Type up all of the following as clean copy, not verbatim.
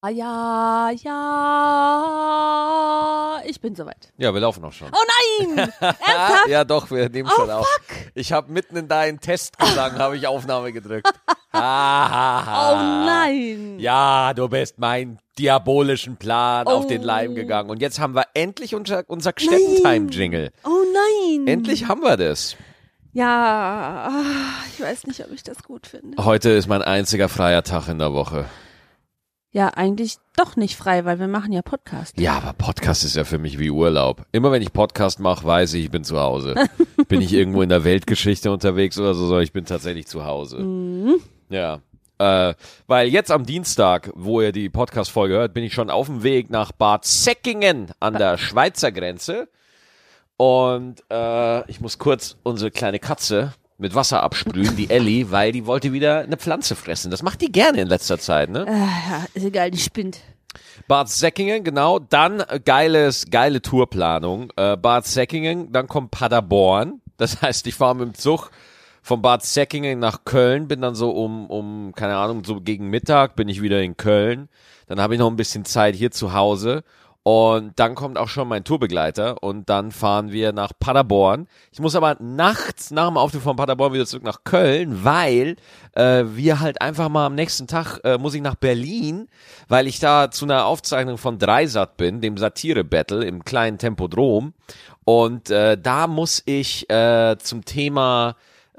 Ja, ja, ich bin soweit. Ja, wir laufen auch schon. Oh nein! Ernsthaft? Ja, doch, wir nehmen schon auf. Fuck. Ich habe mitten in deinen Testgesang habe ich Aufnahme gedrückt. Oh nein! Ja, du bist mein diabolischen Plan auf den Leim gegangen. Und jetzt haben wir endlich unser Gstettentime-Jingle. Oh nein! Endlich haben wir das. Ja, ich weiß nicht, ob ich das gut finde. Heute ist mein einziger freier Tag in der Woche. Ja, eigentlich doch nicht frei, weil wir machen ja Podcast. Ja, aber Podcast ist ja für mich wie Urlaub. Immer wenn ich Podcast mache, weiß ich bin zu Hause. Bin ich irgendwo in der Weltgeschichte unterwegs oder so, sondern ich bin tatsächlich zu Hause. Mhm. Ja, weil jetzt am Dienstag, wo ihr die Podcast-Folge hört, bin ich schon auf dem Weg nach Bad Säckingen an der Schweizer Grenze. Und ich muss kurz unsere kleine Katze mit Wasser absprühen, die Ellie, weil die wollte wieder eine Pflanze fressen. Das macht die gerne in letzter Zeit, ne? Ja, ist egal, die spinnt. Bad Säckingen, genau. Dann geile Tourplanung. Bad Säckingen, dann kommt Paderborn. Das heißt, ich fahre mit dem Zug von Bad Säckingen nach Köln, bin dann so um keine Ahnung, so gegen Mittag bin ich wieder in Köln. Dann habe ich noch ein bisschen Zeit hier zu Hause. Und dann kommt auch schon mein Tourbegleiter und dann fahren wir nach Paderborn. Ich muss aber nachts nach dem Auftritt von Paderborn wieder zurück nach Köln, weil wir halt einfach mal am nächsten Tag muss ich nach Berlin, weil ich da zu einer Aufzeichnung von Dreisat bin, dem Satire-Battle im kleinen Tempodrom. Und da muss ich zum Thema,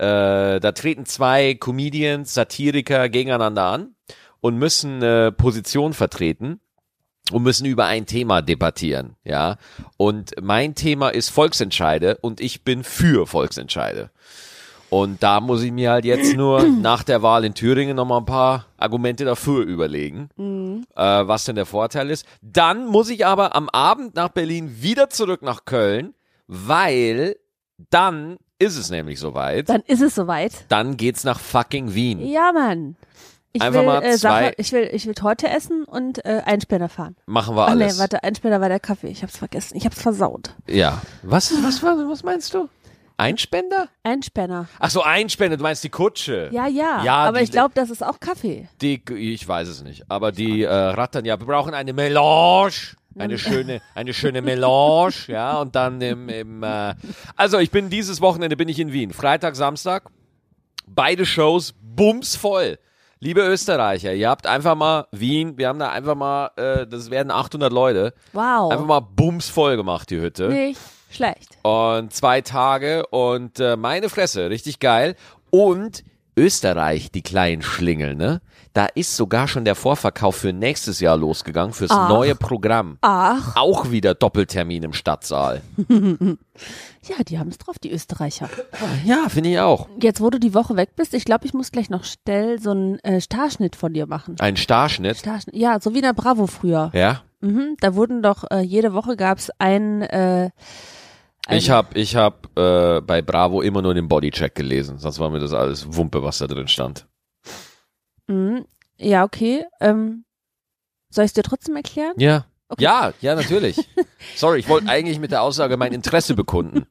da treten zwei Comedians, Satiriker gegeneinander an und müssen Position vertreten. Und müssen über ein Thema debattieren, ja. Und mein Thema ist Volksentscheide und ich bin für Volksentscheide. Und da muss ich mir halt jetzt nur nach der Wahl in Thüringen nochmal ein paar Argumente dafür überlegen, was denn der Vorteil ist. Dann muss ich aber am Abend nach Berlin wieder zurück nach Köln, weil dann ist es nämlich soweit. Dann ist es soweit. Dann geht's nach fucking Wien. Ja, Mann. Ich Einfach will, mal zwei. Ich will Torte essen und Einspänner fahren. Machen wir alles. Nee, warte, Einspänner war der Kaffee. Ich hab's vergessen. Ich hab's versaut. Ja. Was meinst du? Einspender? Einspänner. Ach so, Einspender, du meinst die Kutsche. Ja, aber die, ich glaube, das ist auch Kaffee. Ich weiß es nicht, aber die rattern ja, wir brauchen eine Melange. Eine schöne Melange, ja, und dann also ich bin dieses Wochenende bin ich in Wien. Freitag, Samstag. Beide Shows bumsvoll. Liebe Österreicher, ihr habt einfach mal Wien, wir haben da einfach mal, das werden 800 Leute. Wow. Einfach mal bumsvoll gemacht, die Hütte. Nicht schlecht. Und 2 Tage und meine Fresse, richtig geil. Und Österreich, die kleinen Schlingel, ne? Da ist sogar schon der Vorverkauf für nächstes Jahr losgegangen, fürs neue Programm. Ach. Auch wieder Doppeltermin im Stadtsaal. Ja, die haben es drauf, die Österreicher. Ja, finde ich auch. Jetzt, wo du die Woche weg bist, ich glaube, ich muss gleich noch schnell so einen Starschnitt von dir machen. Ein Starschnitt? Starschnitt. Ja, so wie in der Bravo früher. Ja. Da wurden doch, jede Woche gab's Ich hab bei Bravo immer nur den Bodycheck gelesen, sonst war mir das alles Wumpe, was da drin stand. Ja, okay. Soll ich es dir trotzdem erklären? Ja. Okay. Ja, natürlich. Sorry, ich wollte eigentlich mit der Aussage mein Interesse bekunden.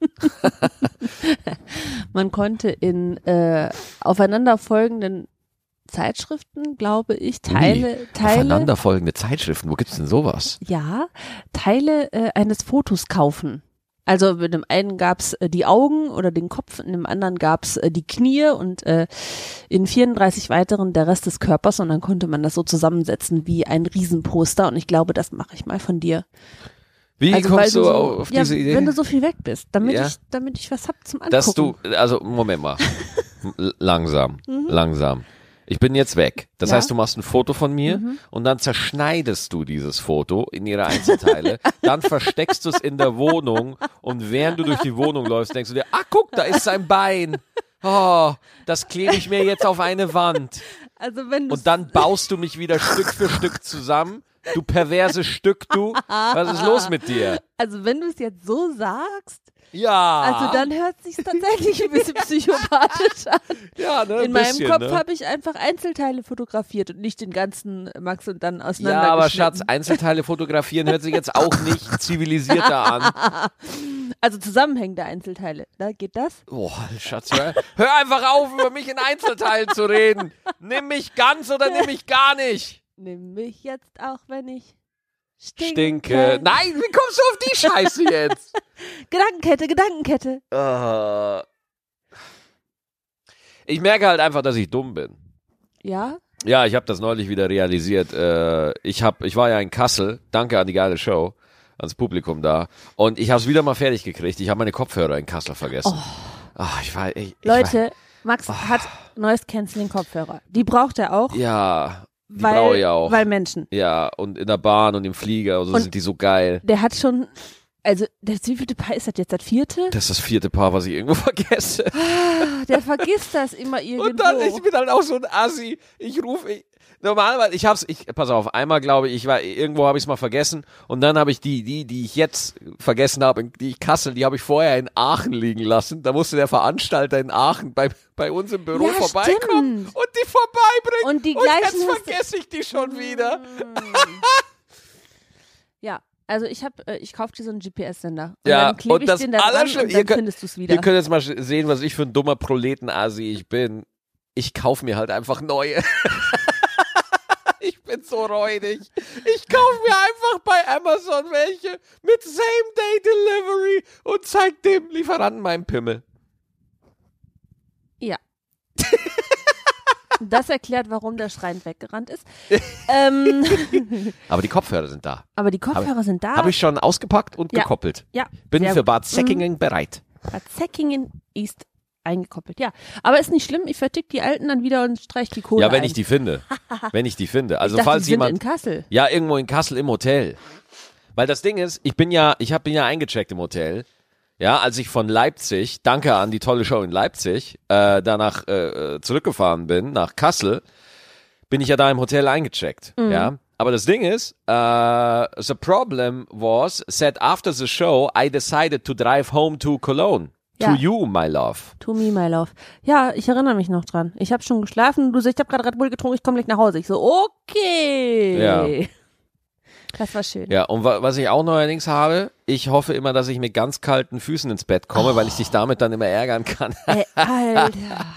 Man konnte in aufeinanderfolgenden Zeitschriften, glaube ich, Teile. Aufeinanderfolgende Zeitschriften, wo gibt's denn sowas? Ja, Teile eines Fotos kaufen. Also mit dem einen gab's die Augen oder den Kopf, in dem anderen gab's die Knie und in 34 weiteren der Rest des Körpers und dann konnte man das so zusammensetzen wie ein Riesenposter und ich glaube, das mache ich mal von dir. Wie Also, kommst du so, auf diese Idee? Wenn du so viel weg bist, damit Ja. ich was hab zum Angucken. Moment mal. Langsam. Ich bin jetzt weg. Das Ja. heißt, du machst ein Foto von mir und dann zerschneidest du dieses Foto in ihre Einzelteile. Dann versteckst du es in der Wohnung und während du durch die Wohnung läufst, denkst du dir, guck, da ist sein Bein. Oh, das klebe ich mir jetzt auf eine Wand. Also wenn du Und dann baust du mich wieder Stück für Stück zusammen. Du perverses Stück, du. Was ist los mit dir? Also wenn du es jetzt so sagst, Ja. also dann hört es sich tatsächlich ein bisschen psychopathisch an. Ja, ne, In meinem Kopf habe ich einfach Einzelteile fotografiert und nicht den ganzen Max und dann Ja, auseinandergeschnitten. aber Schatz, Einzelteile fotografieren hört sich jetzt auch nicht zivilisierter an. Also zusammenhängende Einzelteile, da geht das? Boah, Schatz, hör einfach auf, über mich in Einzelteilen zu reden. Nimm mich ganz oder nimm mich gar nicht. Nimm mich jetzt auch, wenn ich Stinke. Nein, wie kommst du auf die Scheiße jetzt? Gedankenkette. Ich merke halt einfach, dass ich dumm bin. Ja? Ja, ich habe das neulich wieder realisiert. Ich war ja in Kassel, danke an die geile Show, ans Publikum da. Und ich habe es wieder mal fertig gekriegt. Ich habe meine Kopfhörer in Kassel vergessen. Leute, Max hat Noise Cancelling Kopfhörer. Die braucht er auch. Ja, die brauche ich auch. Weil Menschen. Ja, und in der Bahn und im Flieger und so sind die so geil. Der hat schon, also, wie viele Paar ist das jetzt? Das 4.? Das ist das 4. Paar, was ich irgendwo vergesse. Der vergisst das immer irgendwo. Und dann, ich bin halt auch so ein Assi. Normalerweise, pass auf, einmal glaube ich, irgendwo habe ich es mal vergessen und dann habe ich die ich jetzt vergessen habe, die die habe ich vorher in Aachen liegen lassen. Da musste der Veranstalter in Aachen bei uns im Büro vorbeikommen und die vorbeibringen. Und die jetzt vergesse ich die schon wieder. Ja. Also ich kaufe dir so einen GPS-Sender. Und ja, dann klebe ich den da dran und dann findest du es wieder. Ihr könnt jetzt mal sehen, was ich für ein dummer Proleten-Asi ich bin. Ich kaufe mir halt einfach neue. Ich bin so räudig. Ich kaufe mir einfach bei Amazon welche mit Same-Day-Delivery und zeig dem Lieferanten meinen Pimmel. Ja. Das erklärt, warum der schreiend weggerannt ist. Aber die Kopfhörer sind da. Sind da. Habe ich schon ausgepackt und gekoppelt. Ja. Bin für Bad Säckingen bereit. Bad Säckingen ist eingekoppelt, ja. Aber ist nicht schlimm, ich vertick die alten dann wieder und streich die Kohle Ja, wenn ich die finde. Also ich dachte, falls die sind jemand in Kassel. Ja, irgendwo in Kassel im Hotel. Weil das Ding ist, ich bin ja eingecheckt im Hotel. Ja, als ich von Leipzig, danke an die tolle Show in Leipzig, danach zurückgefahren bin, nach Kassel, bin ich ja da im Hotel eingecheckt. Ja. Aber das Ding ist, the problem was that after the show, I decided to drive home to Cologne. To you, my love. To me, my love. Ja, ich erinnere mich noch dran. Ich habe schon geschlafen. Du sagst, ich habe gerade Red Bull getrunken, ich komme gleich nach Hause. Ich so, okay. Ja. Das war schön. Ja, und was ich auch neuerdings habe, ich hoffe immer, dass ich mit ganz kalten Füßen ins Bett komme, weil ich dich damit dann immer ärgern kann. Alter.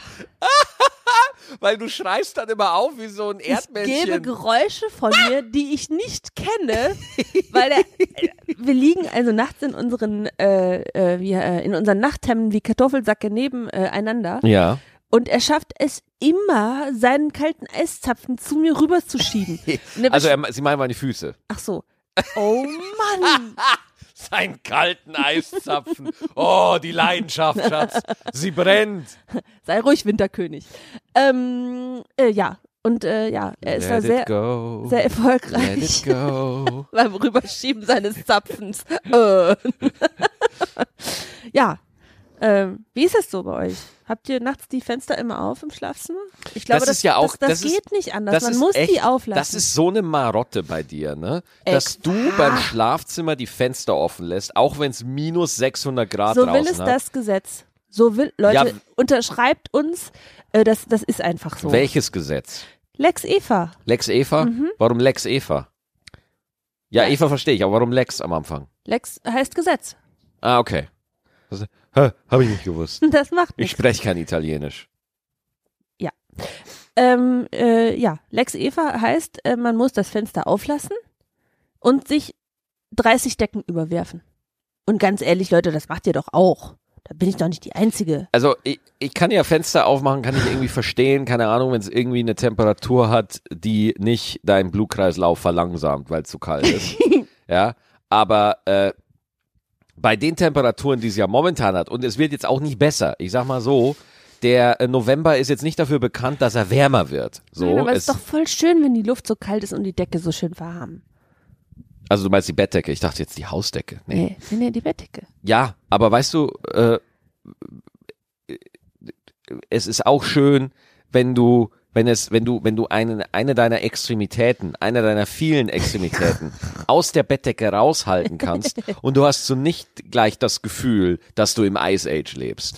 Weil du schreist dann immer auf wie so ein Erdmännchen. Ich gebe Geräusche von mir, die ich nicht kenne, weil wir liegen also nachts in unseren Nachthemden wie Kartoffelsäcke nebeneinander. Ja. Und er schafft es immer, seinen kalten Eiszapfen zu mir rüberzuschieben. Also sie meinen meine Füße. Ach so. Oh Mann. Seinen kalten Eiszapfen. Oh, die Leidenschaft, Schatz. Sie brennt. Sei ruhig, Winterkönig. Ja. Und er ist da sehr erfolgreich. Let it go. Beim Rüberschieben seines Zapfens. Ja. Wie ist das so bei euch? Habt ihr nachts die Fenster immer auf im Schlafzimmer? Ich glaube, das geht nicht anders. Man muss die auflassen. Das ist so eine Marotte bei dir, ne? Dass du beim Schlafzimmer die Fenster offen lässt, auch wenn es minus 600 Grad draußen hat. So will es das Gesetz. Leute, unterschreibt uns, das ist einfach so. Welches Gesetz? Lex Eva. Lex Eva? Warum Lex Eva? Ja, Eva verstehe ich, aber warum Lex am Anfang? Lex heißt Gesetz. Ah, okay. Habe ich nicht gewusst. Das macht Ich nichts. spreche kein Italienisch. Ja. Lex Eva heißt, man muss das Fenster auflassen und sich 30 Decken überwerfen. Und ganz ehrlich, Leute, das macht ihr doch auch. Da bin ich doch nicht die Einzige. Also ich kann ja Fenster aufmachen, kann ich irgendwie verstehen, keine Ahnung, wenn es irgendwie eine Temperatur hat, die nicht deinen Blutkreislauf verlangsamt, weil es zu kalt ist. Ja, aber bei den Temperaturen, die es ja momentan hat, und es wird jetzt auch nicht besser, ich sag mal so, der November ist jetzt nicht dafür bekannt, dass er wärmer wird. So, nein, aber es ist doch voll schön, wenn die Luft so kalt ist und die Decke so schön warm. Also du meinst die Bettdecke, ich dachte jetzt die Hausdecke. Nee, die Bettdecke. Ja, aber weißt du, es ist auch schön, wenn du eine deiner Extremitäten, einer deiner vielen Extremitäten aus der Bettdecke raushalten kannst und du hast so nicht gleich das Gefühl, dass du im Ice Age lebst.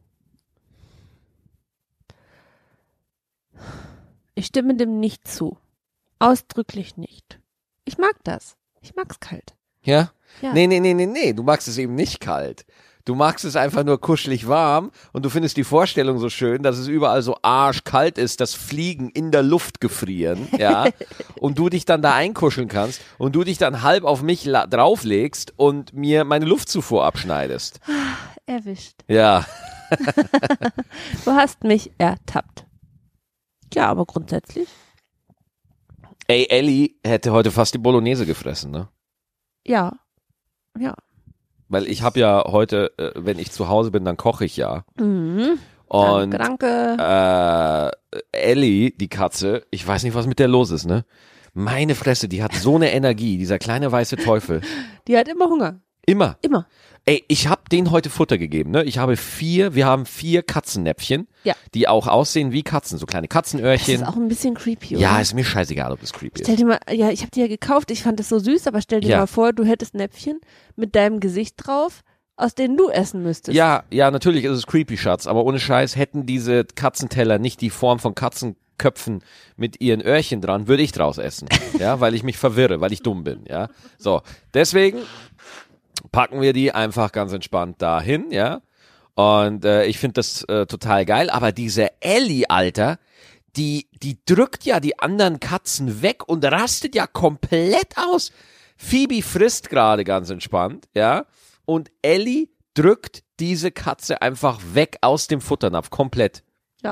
Ich stimme dem nicht zu. Ausdrücklich nicht. Ich mag das. Ich mag's kalt. Ja? Ja. Nee, du magst es eben nicht kalt. Du magst es einfach nur kuschelig warm und du findest die Vorstellung so schön, dass es überall so arschkalt ist, dass Fliegen in der Luft gefrieren, ja, und du dich dann da einkuscheln kannst und du dich dann halb auf mich drauflegst und mir meine Luftzufuhr abschneidest. Erwischt. Ja. Du hast mich ertappt. Ja, aber grundsätzlich. Ey, Ellie hätte heute fast die Bolognese gefressen, ne? Ja. Ja. Weil ich habe ja heute, wenn ich zu Hause bin, dann koche ich ja. Mhm. Und Danke. Ellie, die Katze, ich weiß nicht, was mit der los ist, ne? Meine Fresse, die hat so eine Energie, dieser kleine weiße Teufel. Die hat immer Hunger. Immer. Immer. Ey, ich habe denen heute Futter gegeben, ne? Wir haben 4 Katzennäpfchen, Ja. die auch aussehen wie Katzen, so kleine Das Katzenöhrchen. ist auch ein bisschen creepy, oder? Ja, ist mir scheißegal, ob das creepy Stell ist. dir mal, ja, ich habe die ja gekauft, ich fand das so süß, aber stell dir Ja. mal vor, du hättest Näpfchen mit deinem Gesicht drauf, aus denen du essen müsstest. Ja, natürlich ist es creepy, Schatz, aber ohne Scheiß hätten diese Katzenteller nicht die Form von Katzenköpfen mit ihren Öhrchen dran, würde ich draus essen, ja, weil ich mich verwirre, weil ich dumm bin, ja. So, deswegen packen wir die einfach ganz entspannt dahin, ja. Und ich finde das total geil, aber diese Ellie, Alter, die drückt ja die anderen Katzen weg und rastet ja komplett aus. Phoebe frisst gerade ganz entspannt, ja. Und Ellie drückt diese Katze einfach weg aus dem Futternapf, komplett. Ja.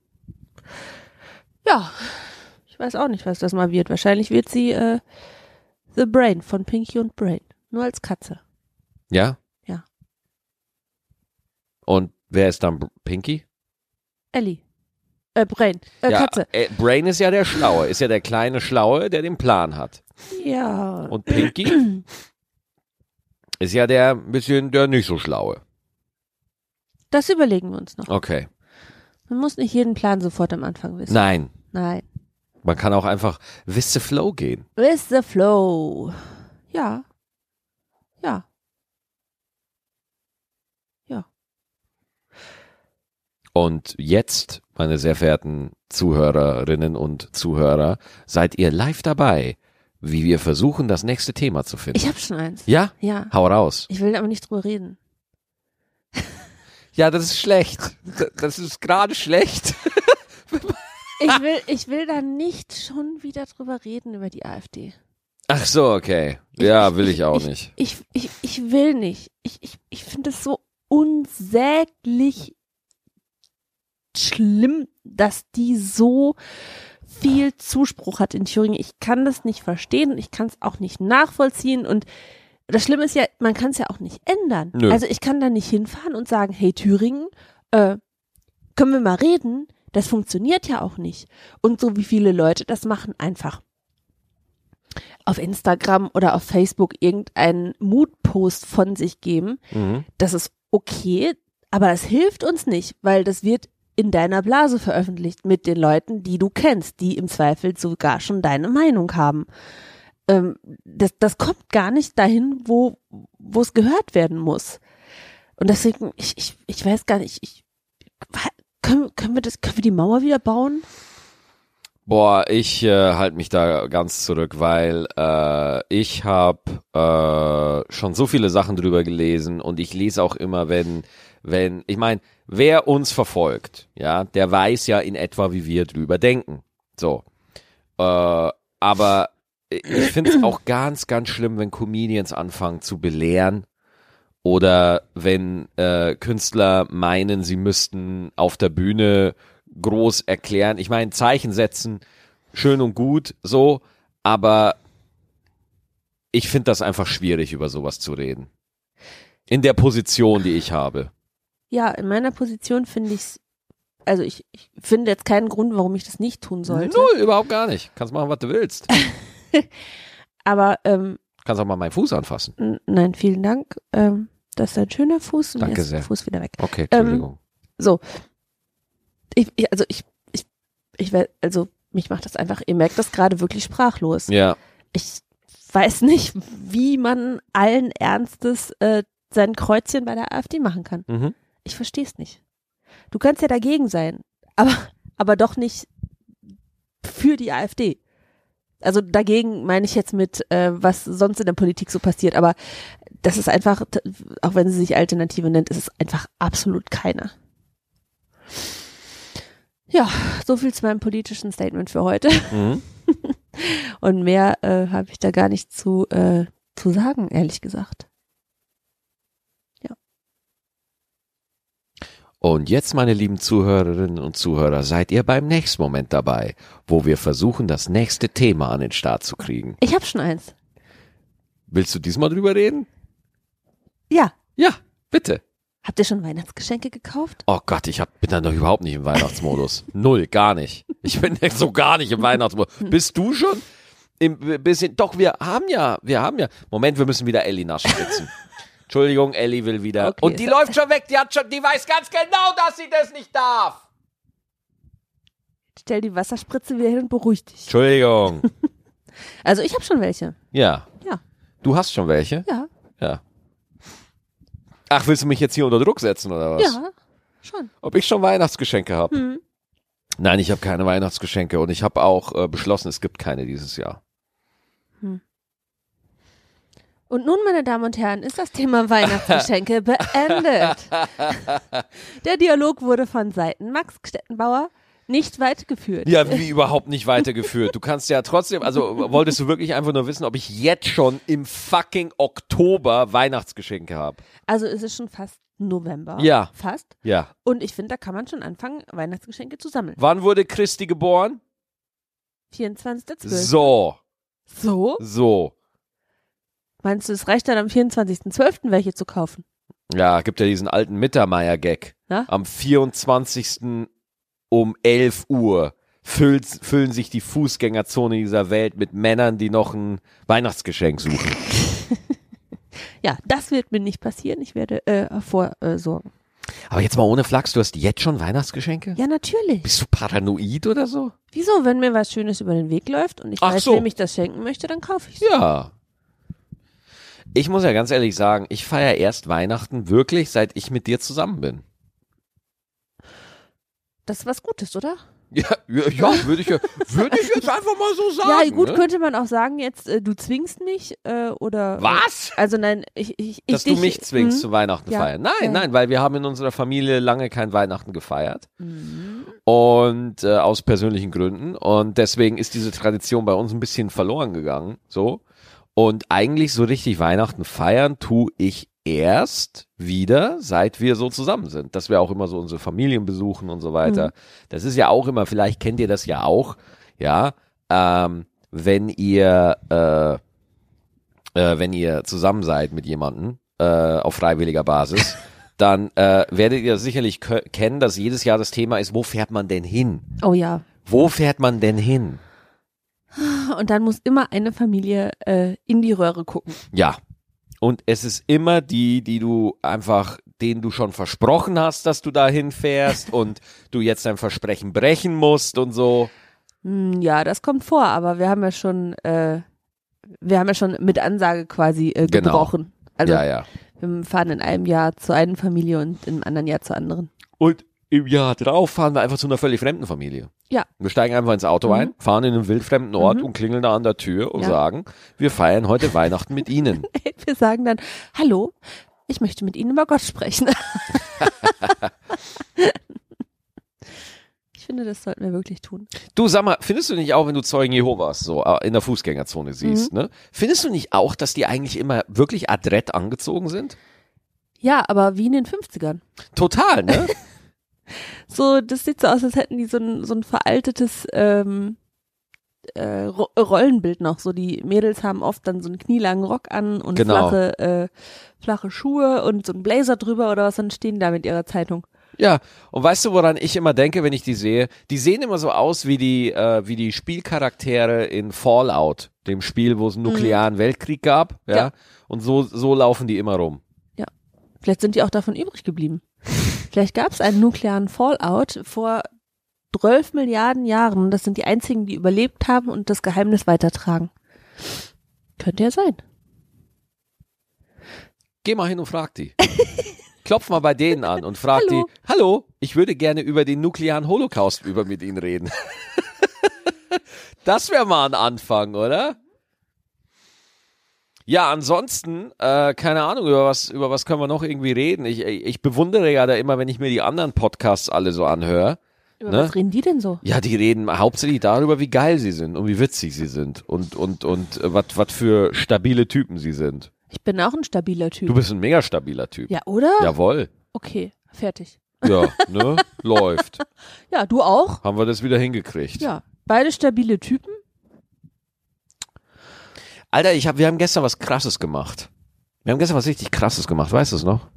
Ja. Ich weiß auch nicht, was das mal wird. Wahrscheinlich wird sie The Brain von Pinky und Brain. Nur als Katze. Ja? Ja. Und wer ist dann Pinky? Ellie. Brain. Ja, Katze. Brain ist ja der Schlaue, ist ja der kleine Schlaue, der den Plan hat. Ja. Und Pinky ist ja der nicht so Schlaue. Das überlegen wir uns noch. Okay. Man muss nicht jeden Plan sofort am Anfang wissen. Nein, Nein. man kann auch einfach with the flow gehen. With the flow. Ja. Ja. Ja. Und jetzt, meine sehr verehrten Zuhörerinnen und Zuhörer, seid ihr live dabei, wie wir versuchen, das nächste Thema zu finden. Ich habe schon eins. Ja? Ja. Hau raus. Ich will aber nicht drüber reden. Ja, das ist schlecht. Das ist gerade schlecht. Ich will da nicht schon wieder drüber reden über die AfD. Ach so, okay. Ja, will ich auch nicht. Ich will nicht. Ich finde es so unsäglich schlimm, dass die so viel Zuspruch hat in Thüringen. Ich kann das nicht verstehen und ich kann es auch nicht nachvollziehen und das Schlimme ist ja, man kann es ja auch nicht ändern. Nö. Also ich kann da nicht hinfahren und sagen, hey Thüringen, können wir mal reden? Das funktioniert ja auch nicht. Und so wie viele Leute das machen, einfach auf Instagram oder auf Facebook irgendeinen Mutpost von sich geben, das ist okay, aber das hilft uns nicht, weil das wird in deiner Blase veröffentlicht mit den Leuten, die du kennst, die im Zweifel sogar schon deine Meinung haben. Das kommt gar nicht dahin, wo es gehört werden muss. Und deswegen, ich weiß gar nicht, können wir die Mauer wieder bauen? Boah, ich halte mich da ganz zurück, weil ich habe schon so viele Sachen drüber gelesen und ich lese auch immer, wenn ich meine, wer uns verfolgt, ja, der weiß ja in etwa, wie wir drüber denken. So, aber ich finde es auch ganz, ganz schlimm, wenn Comedians anfangen zu belehren oder wenn Künstler meinen, sie müssten auf der Bühne groß erklären. Ich meine, Zeichen setzen, schön und gut, so, aber ich finde das einfach schwierig, über sowas zu reden. In der Position, die ich habe. Ja, in meiner Position finde ich's, also ich finde jetzt keinen Grund, warum ich das nicht tun sollte. Null, überhaupt gar nicht. Kannst machen, was du willst. Aber Kannst auch mal meinen Fuß anfassen. nein, vielen Dank. Das ist ein schöner Fuß und Danke jetzt ist der sehr. Fuß wieder weg. Okay, Entschuldigung. So. Also mich macht das einfach, ihr merkt das gerade wirklich sprachlos. Ja. Ich weiß nicht, wie man allen Ernstes sein Kreuzchen bei der AfD machen kann. Mhm. Ich verstehe es nicht. Du kannst ja dagegen sein, aber doch nicht für die AfD. Also dagegen meine ich jetzt mit, was sonst in der Politik so passiert, aber das ist einfach, auch wenn sie sich Alternative nennt, ist es einfach absolut keine. Ja, so viel zu meinem politischen Statement für heute. Mhm. Und mehr habe ich da gar nicht zu sagen, ehrlich gesagt. Und jetzt, meine lieben Zuhörerinnen und Zuhörer, seid ihr beim nächsten Moment dabei, wo wir versuchen, das nächste Thema an den Start zu kriegen. Ich habe schon eins. Willst du diesmal drüber reden? Ja. Ja, bitte. Habt ihr schon Weihnachtsgeschenke gekauft? Oh Gott, bin da noch überhaupt nicht im Weihnachtsmodus. Null, gar nicht. Ich bin so gar nicht im Weihnachtsmodus. Bist du schon? Doch, wir haben ja. Moment, wir müssen wieder Ellie nachspritzen. Entschuldigung, Ellie will wieder. Okay, und die läuft schon weg, die weiß ganz genau, dass sie das nicht darf. Stell die Wasserspritze wieder hin und beruhig dich. Entschuldigung. Also ich habe schon welche. Ja. Ja. Du hast schon welche? Ja. Ja. Ach, willst du mich jetzt hier unter Druck setzen oder was? Ja, schon. Ob ich schon Weihnachtsgeschenke habe? Nein, ich habe keine Weihnachtsgeschenke und ich habe auch beschlossen, es gibt keine dieses Jahr. Und nun, meine Damen und Herren, ist das Thema Weihnachtsgeschenke beendet. Der Dialog wurde von Seiten Max Stettenbauer nicht weit geführt. Ja, wie überhaupt nicht weitergeführt. Du kannst ja trotzdem, also wolltest du wirklich einfach nur wissen, ob ich jetzt schon im fucking Oktober Weihnachtsgeschenke habe? Also es ist schon fast November. Ja. Fast. Ja. Und ich finde, da kann man schon anfangen, Weihnachtsgeschenke zu sammeln. Wann wurde Christi geboren? 24.12. So. Meinst du, es reicht dann am 24.12. welche zu kaufen? Ja, gibt ja diesen alten Mittermeier-Gag. Na? Am 24. um 11 Uhr füllen sich die Fußgängerzone dieser Welt mit Männern, die noch ein Weihnachtsgeschenk suchen. Ja, das wird mir nicht passieren. Ich werde vorsorgen. Aber jetzt mal ohne Flachs, du hast jetzt schon Weihnachtsgeschenke? Ja, natürlich. Bist du paranoid oder so? Wieso? Wenn mir was Schönes über den Weg läuft und ich Ach weiß, so. wem ich das schenken möchte, dann kaufe ich es. Ja. Ich muss ja ganz ehrlich sagen, ich feiere erst Weihnachten wirklich, seit ich mit dir zusammen bin. Das ist was Gutes, oder? Ja, würde ich jetzt einfach mal so sagen. Ja, gut, ne? könnte man auch sagen jetzt, du zwingst mich oder. Was? Also nein, ich Dass du mich zwingst zu Weihnachten Ja. feiern. Ja. Nein, weil wir haben in unserer Familie lange kein Weihnachten gefeiert. Und aus persönlichen Gründen. Und deswegen ist diese Tradition bei uns ein bisschen verloren gegangen. So. Und eigentlich so richtig Weihnachten feiern tue ich erst wieder, seit wir so zusammen sind. Dass wir auch immer so unsere Familien besuchen und so weiter. Das ist ja auch immer, vielleicht kennt ihr das ja auch, ja, wenn ihr zusammen seid mit jemandem auf freiwilliger Basis, dann werdet ihr sicherlich kennen, dass jedes Jahr das Thema ist, wo fährt man denn hin? Oh ja. Wo fährt man denn hin? Und dann muss immer eine Familie in die Röhre gucken. Ja. Und es ist immer denen du schon versprochen hast, dass du da hinfährst und du jetzt dein Versprechen brechen musst und so. Ja, das kommt vor, aber wir haben ja schon mit Ansage quasi gebrochen. Also Ja. wir fahren in einem Jahr zu einer Familie und im anderen Jahr zur anderen. Und im Jahr drauf fahren wir einfach zu einer völlig fremden Familie. Ja. Wir steigen einfach ins Auto ein, fahren in einen wildfremden Ort und klingeln da an der Tür und sagen, wir feiern heute Weihnachten mit Ihnen. Wir sagen dann, hallo, ich möchte mit Ihnen über Gott sprechen. Ich finde, das sollten wir wirklich tun. Du, sag mal, findest du nicht auch, wenn du Zeugen Jehovas so in der Fußgängerzone siehst, ne? Findest du nicht auch, dass die eigentlich immer wirklich adrett angezogen sind? Ja, aber wie in den 50ern. Total, ne? So, das sieht so aus, als hätten die so ein veraltetes Rollenbild noch. So, die Mädels haben oft dann so einen knielangen Rock an und Genau. flache Schuhe und so einen Blazer drüber oder was, dann stehen da mit ihrer Zeitung. Ja, und weißt du, woran ich immer denke, wenn ich die sehe? Die sehen immer so aus wie die Spielcharaktere in Fallout, dem Spiel, wo es einen nuklearen Weltkrieg gab, ja? Und so laufen die immer rum. Ja, vielleicht sind die auch davon übrig geblieben. Vielleicht gab es einen nuklearen Fallout vor 12 Milliarden Jahren. Das sind die einzigen, die überlebt haben und das Geheimnis weitertragen. Könnte ja sein. Geh mal hin und frag die. Klopf mal bei denen an und frag Hallo. die, hallo, ich würde gerne über den nuklearen Holocaust mit Ihnen reden. Das wäre mal ein Anfang, oder? Ja, ansonsten, keine Ahnung, über was können wir noch irgendwie reden? Ich bewundere ja da immer, wenn ich mir die anderen Podcasts alle so anhöre. Über Ne? was reden die denn so? Ja, die reden hauptsächlich darüber, wie geil sie sind und wie witzig sie sind und was für stabile Typen sie sind. Ich bin auch ein stabiler Typ. Du bist ein mega stabiler Typ. Ja, oder? Jawohl. Okay, fertig. Ja, ne? Läuft. Ja, du auch? Haben wir das wieder hingekriegt. Ja, beide stabile Typen. Alter, wir haben gestern was Krasses gemacht. Wir haben gestern was richtig Krasses gemacht, weißt du es noch?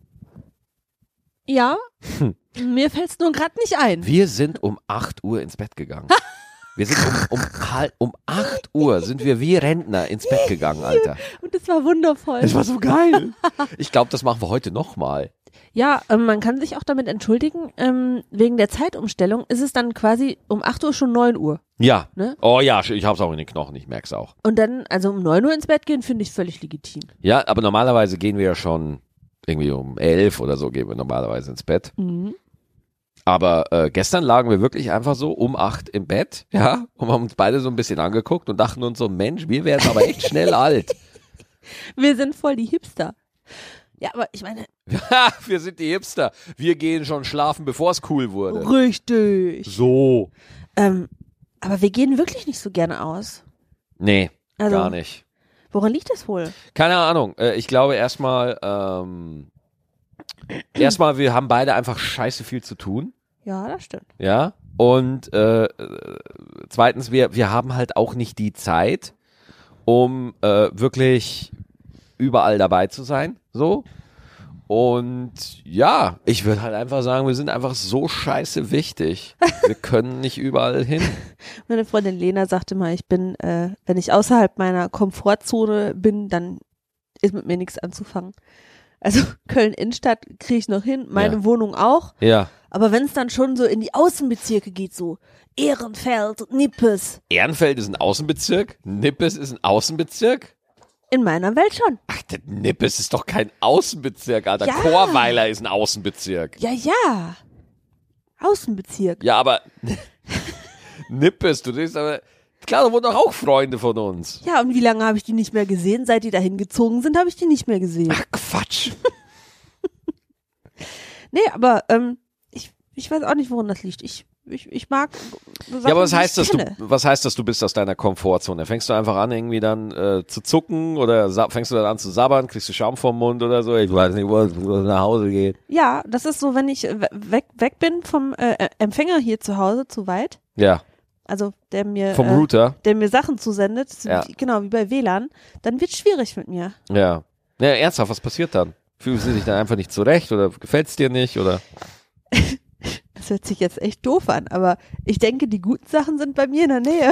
Ja, mir fällt's nur gerade nicht ein. Wir sind um 8 Uhr ins Bett gegangen. Wir sind um 8 Uhr sind wir wie Rentner ins Bett gegangen, Alter. Und es war wundervoll. Das war so geil. Ich glaube, das machen wir heute nochmal. Ja, man kann sich auch damit entschuldigen, wegen der Zeitumstellung ist es dann quasi um 8 Uhr schon 9 Uhr. Ja. Ne? Oh ja, ich hab's auch in den Knochen, ich merk's auch. Und dann, also um 9 Uhr ins Bett gehen, finde ich völlig legitim. Ja, aber normalerweise gehen wir ja schon irgendwie um 11 oder so gehen wir normalerweise ins Bett. Mhm. Aber gestern lagen wir wirklich einfach so um 8 im Bett, ja, und haben uns beide so ein bisschen angeguckt und dachten uns so, Mensch, wir werden aber echt schnell alt. Wir sind voll die Hipster. Ja, aber ich meine. Wir sind die Hipster. Wir gehen schon schlafen, bevor es cool wurde. Richtig. So. Aber wir gehen wirklich nicht so gerne aus. Nee, Also, gar nicht. Woran liegt das wohl? Keine Ahnung. Ich glaube erstmal, wir haben beide einfach scheiße viel zu tun. Ja, das stimmt. Ja. Und zweitens, wir haben halt auch nicht die Zeit, um wirklich überall dabei zu sein. So. Und ja, ich würde halt einfach sagen, wir sind einfach so scheiße wichtig. Wir können nicht überall hin. Meine Freundin Lena sagte mal, ich bin, wenn ich außerhalb meiner Komfortzone bin, dann ist mit mir nichts anzufangen. Also Köln-Innenstadt kriege ich noch hin, meine Wohnung auch. Ja. Aber wenn es dann schon so in die Außenbezirke geht, so Ehrenfeld, Nippes. Ehrenfeld ist ein Außenbezirk? Nippes ist ein Außenbezirk? In meiner Welt schon. Ach, der Nippes ist doch kein Außenbezirk, Alter. Ja. Chorweiler ist ein Außenbezirk. Ja. Außenbezirk. Ja, aber Nippes, du denkst aber, klar, da wohnen doch auch Freunde von uns. Ja, und wie lange habe ich die nicht mehr gesehen? Seit die dahin gezogen sind, habe ich die nicht mehr gesehen. Ach, Quatsch. Nee, aber ich weiß auch nicht, woran das liegt. Ich mag Sachen, Ja, aber was die heißt ich das, kenne. was heißt das, du bist aus deiner Komfortzone? Fängst du einfach an, irgendwie dann zu zucken oder fängst du dann an zu sabbern, kriegst du Schaum vom Mund oder so? Ich weiß nicht, wo es nach Hause geht. Ja, das ist so, wenn ich weg bin vom Empfänger hier zu Hause, zu weit. Ja, Also der mir vom Router. der mir Sachen zusendet, Ja. genau wie bei WLAN, dann wird es schwierig mit mir. Ja. Ja, ernsthaft, was passiert dann? Fühlst du dich dann einfach nicht zurecht oder gefällt es dir nicht oder? Das hört sich jetzt echt doof an, aber ich denke, die guten Sachen sind bei mir in der Nähe.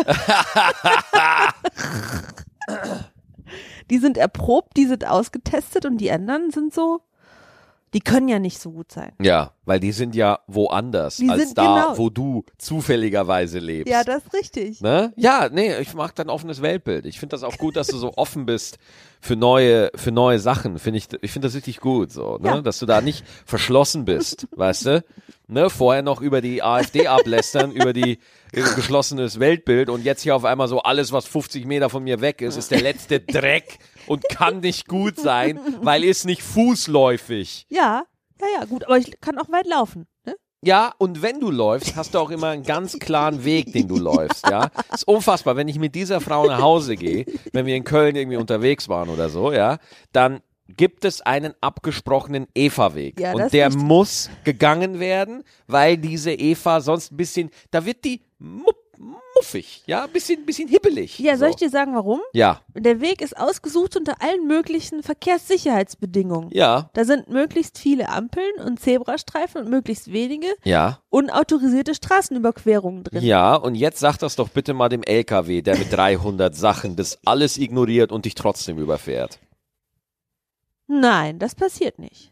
Die sind erprobt, die sind ausgetestet und die anderen sind so, die können ja nicht so gut sein. Ja, weil die sind ja woanders Die als sind da, genau- wo du zufälligerweise lebst. Ja, das ist richtig. Ne? Ja, nee, ich mag dein offenes Weltbild. Ich finde das auch gut, dass du so offen bist für neue Sachen. Ich finde das richtig gut, so, ne? Ja. Dass du da nicht verschlossen bist, weißt du? Ne? Vorher noch über die AfD ablästern, über geschlossenes Weltbild und jetzt hier auf einmal so alles, was 50 Meter von mir weg ist der letzte Dreck und kann nicht gut sein, weil ist nicht fußläufig. Ja, gut, aber ich kann auch weit laufen. Ne? Ja, und wenn du läufst, hast du auch immer einen ganz klaren Weg, den du läufst, ja. Ist unfassbar, wenn ich mit dieser Frau nach Hause gehe, wenn wir in Köln irgendwie unterwegs waren oder so, ja, dann gibt es einen abgesprochenen Eva-Weg. Ja, das und der ist richtig. muss gegangen werden, weil diese Eva sonst ein bisschen, da wird die muffig, ja, ein bisschen hibbelig. Ja, soll ich so. dir sagen, warum? Ja, Der Weg ist ausgesucht unter allen möglichen Verkehrssicherheitsbedingungen. ja, Da sind möglichst viele Ampeln und Zebrastreifen und möglichst wenige ja. unautorisierte Straßenüberquerungen drin. Ja, und jetzt sag das doch bitte mal dem LKW, der mit 300 Sachen das alles ignoriert und dich trotzdem überfährt. Nein, das passiert nicht.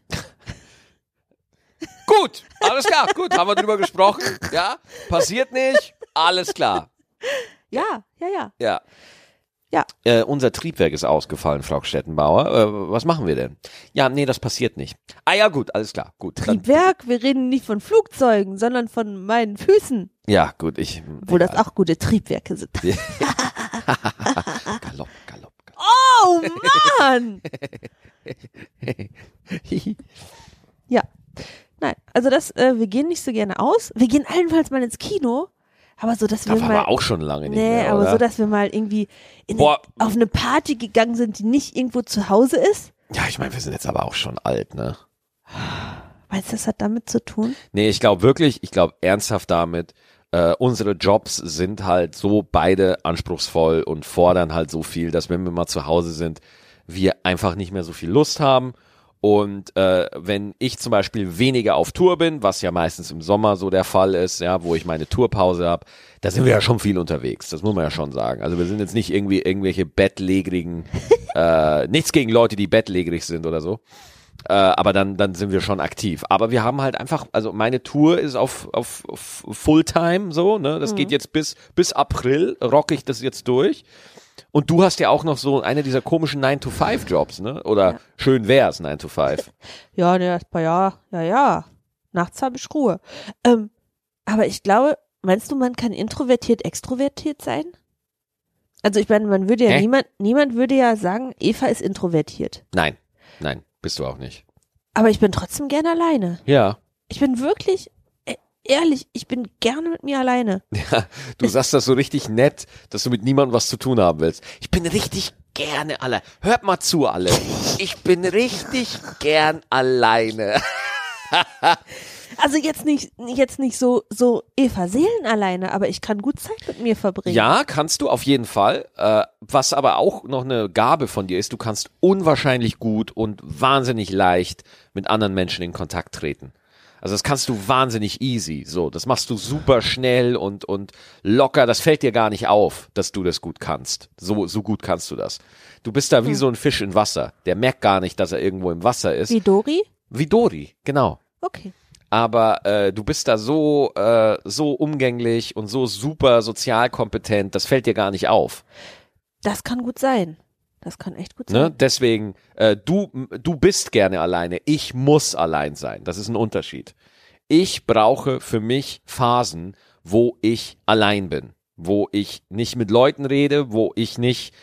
Gut, alles klar, gut, haben wir drüber gesprochen, ja, passiert nicht, alles klar, Ja. ja. Ja. Unser Triebwerk ist ausgefallen, Frau Stettenbauer, was machen wir denn? Ja, nee, das passiert nicht. Ah ja, gut, alles klar, gut. Dann, Triebwerk, wir reden nicht von Flugzeugen, sondern von meinen Füßen. ja, gut, Wo das auch gute Triebwerke sind. Galopp. Oh Mann! Ja. Nein, also wir gehen nicht so gerne aus. Wir gehen allenfalls mal ins Kino. Aber so, dass wir war mal. aber auch schon lange nicht nee, mehr, aber oder? so, dass wir mal irgendwie auf eine Party gegangen sind, die nicht irgendwo zu Hause ist. Ja, ich meine, wir sind jetzt aber auch schon alt, ne? Meinst du, das hat damit zu tun? Nee, ich glaube ernsthaft damit, unsere Jobs sind halt so beide anspruchsvoll und fordern halt so viel, dass wenn wir mal zu Hause sind, wir einfach nicht mehr so viel Lust haben. Und wenn ich zum Beispiel weniger auf Tour bin, was ja meistens im Sommer so der Fall ist, ja, wo ich meine Tourpause habe, da sind wir ja schon viel unterwegs, das muss man ja schon sagen. Also wir sind jetzt nicht irgendwie irgendwelche bettlägerigen, nichts gegen Leute, die bettlägerig sind oder so, aber dann sind wir schon aktiv. Aber wir haben halt einfach, also meine Tour ist auf Fulltime so, ne, das geht jetzt bis April, rocke ich das jetzt durch. Und du hast ja auch noch so eine dieser komischen 9-to-5-Jobs, ne? Oder schön wär's, 9-to-5. Ja, ja. Nachts habe ich Ruhe. Aber ich glaube, meinst du, man kann introvertiert, extrovertiert sein? Also ich meine, man würde ja niemand würde ja sagen, Eva ist introvertiert. Nein, bist du auch nicht. Aber ich bin trotzdem gerne alleine. Ja. Ich bin wirklich, ehrlich, ich bin gerne mit mir alleine. Ja, du sagst das so richtig nett, dass du mit niemandem was zu tun haben willst. Ich bin richtig gerne allein. Hört mal zu, alle. Ich bin richtig gern alleine. Also jetzt nicht so Eva Seelen alleine, aber ich kann gut Zeit mit mir verbringen. Ja, kannst du auf jeden Fall. Was aber auch noch eine Gabe von dir ist, du kannst unwahrscheinlich gut und wahnsinnig leicht mit anderen Menschen in Kontakt treten. Also das kannst du wahnsinnig easy, so, das machst du super schnell und locker, das fällt dir gar nicht auf, dass du das gut kannst. So gut kannst du das. Du bist da wie so ein Fisch im Wasser, der merkt gar nicht, dass er irgendwo im Wasser ist. Wie Dori? Wie Dori, genau. Okay. Aber du bist da so umgänglich und so super sozial kompetent, das fällt dir gar nicht auf. Das kann gut sein. Das kann echt gut sein. Ne? Deswegen, du bist gerne alleine. Ich muss allein sein. Das ist ein Unterschied. Ich brauche für mich Phasen, wo ich allein bin. Wo ich nicht mit Leuten rede, wo ich nicht,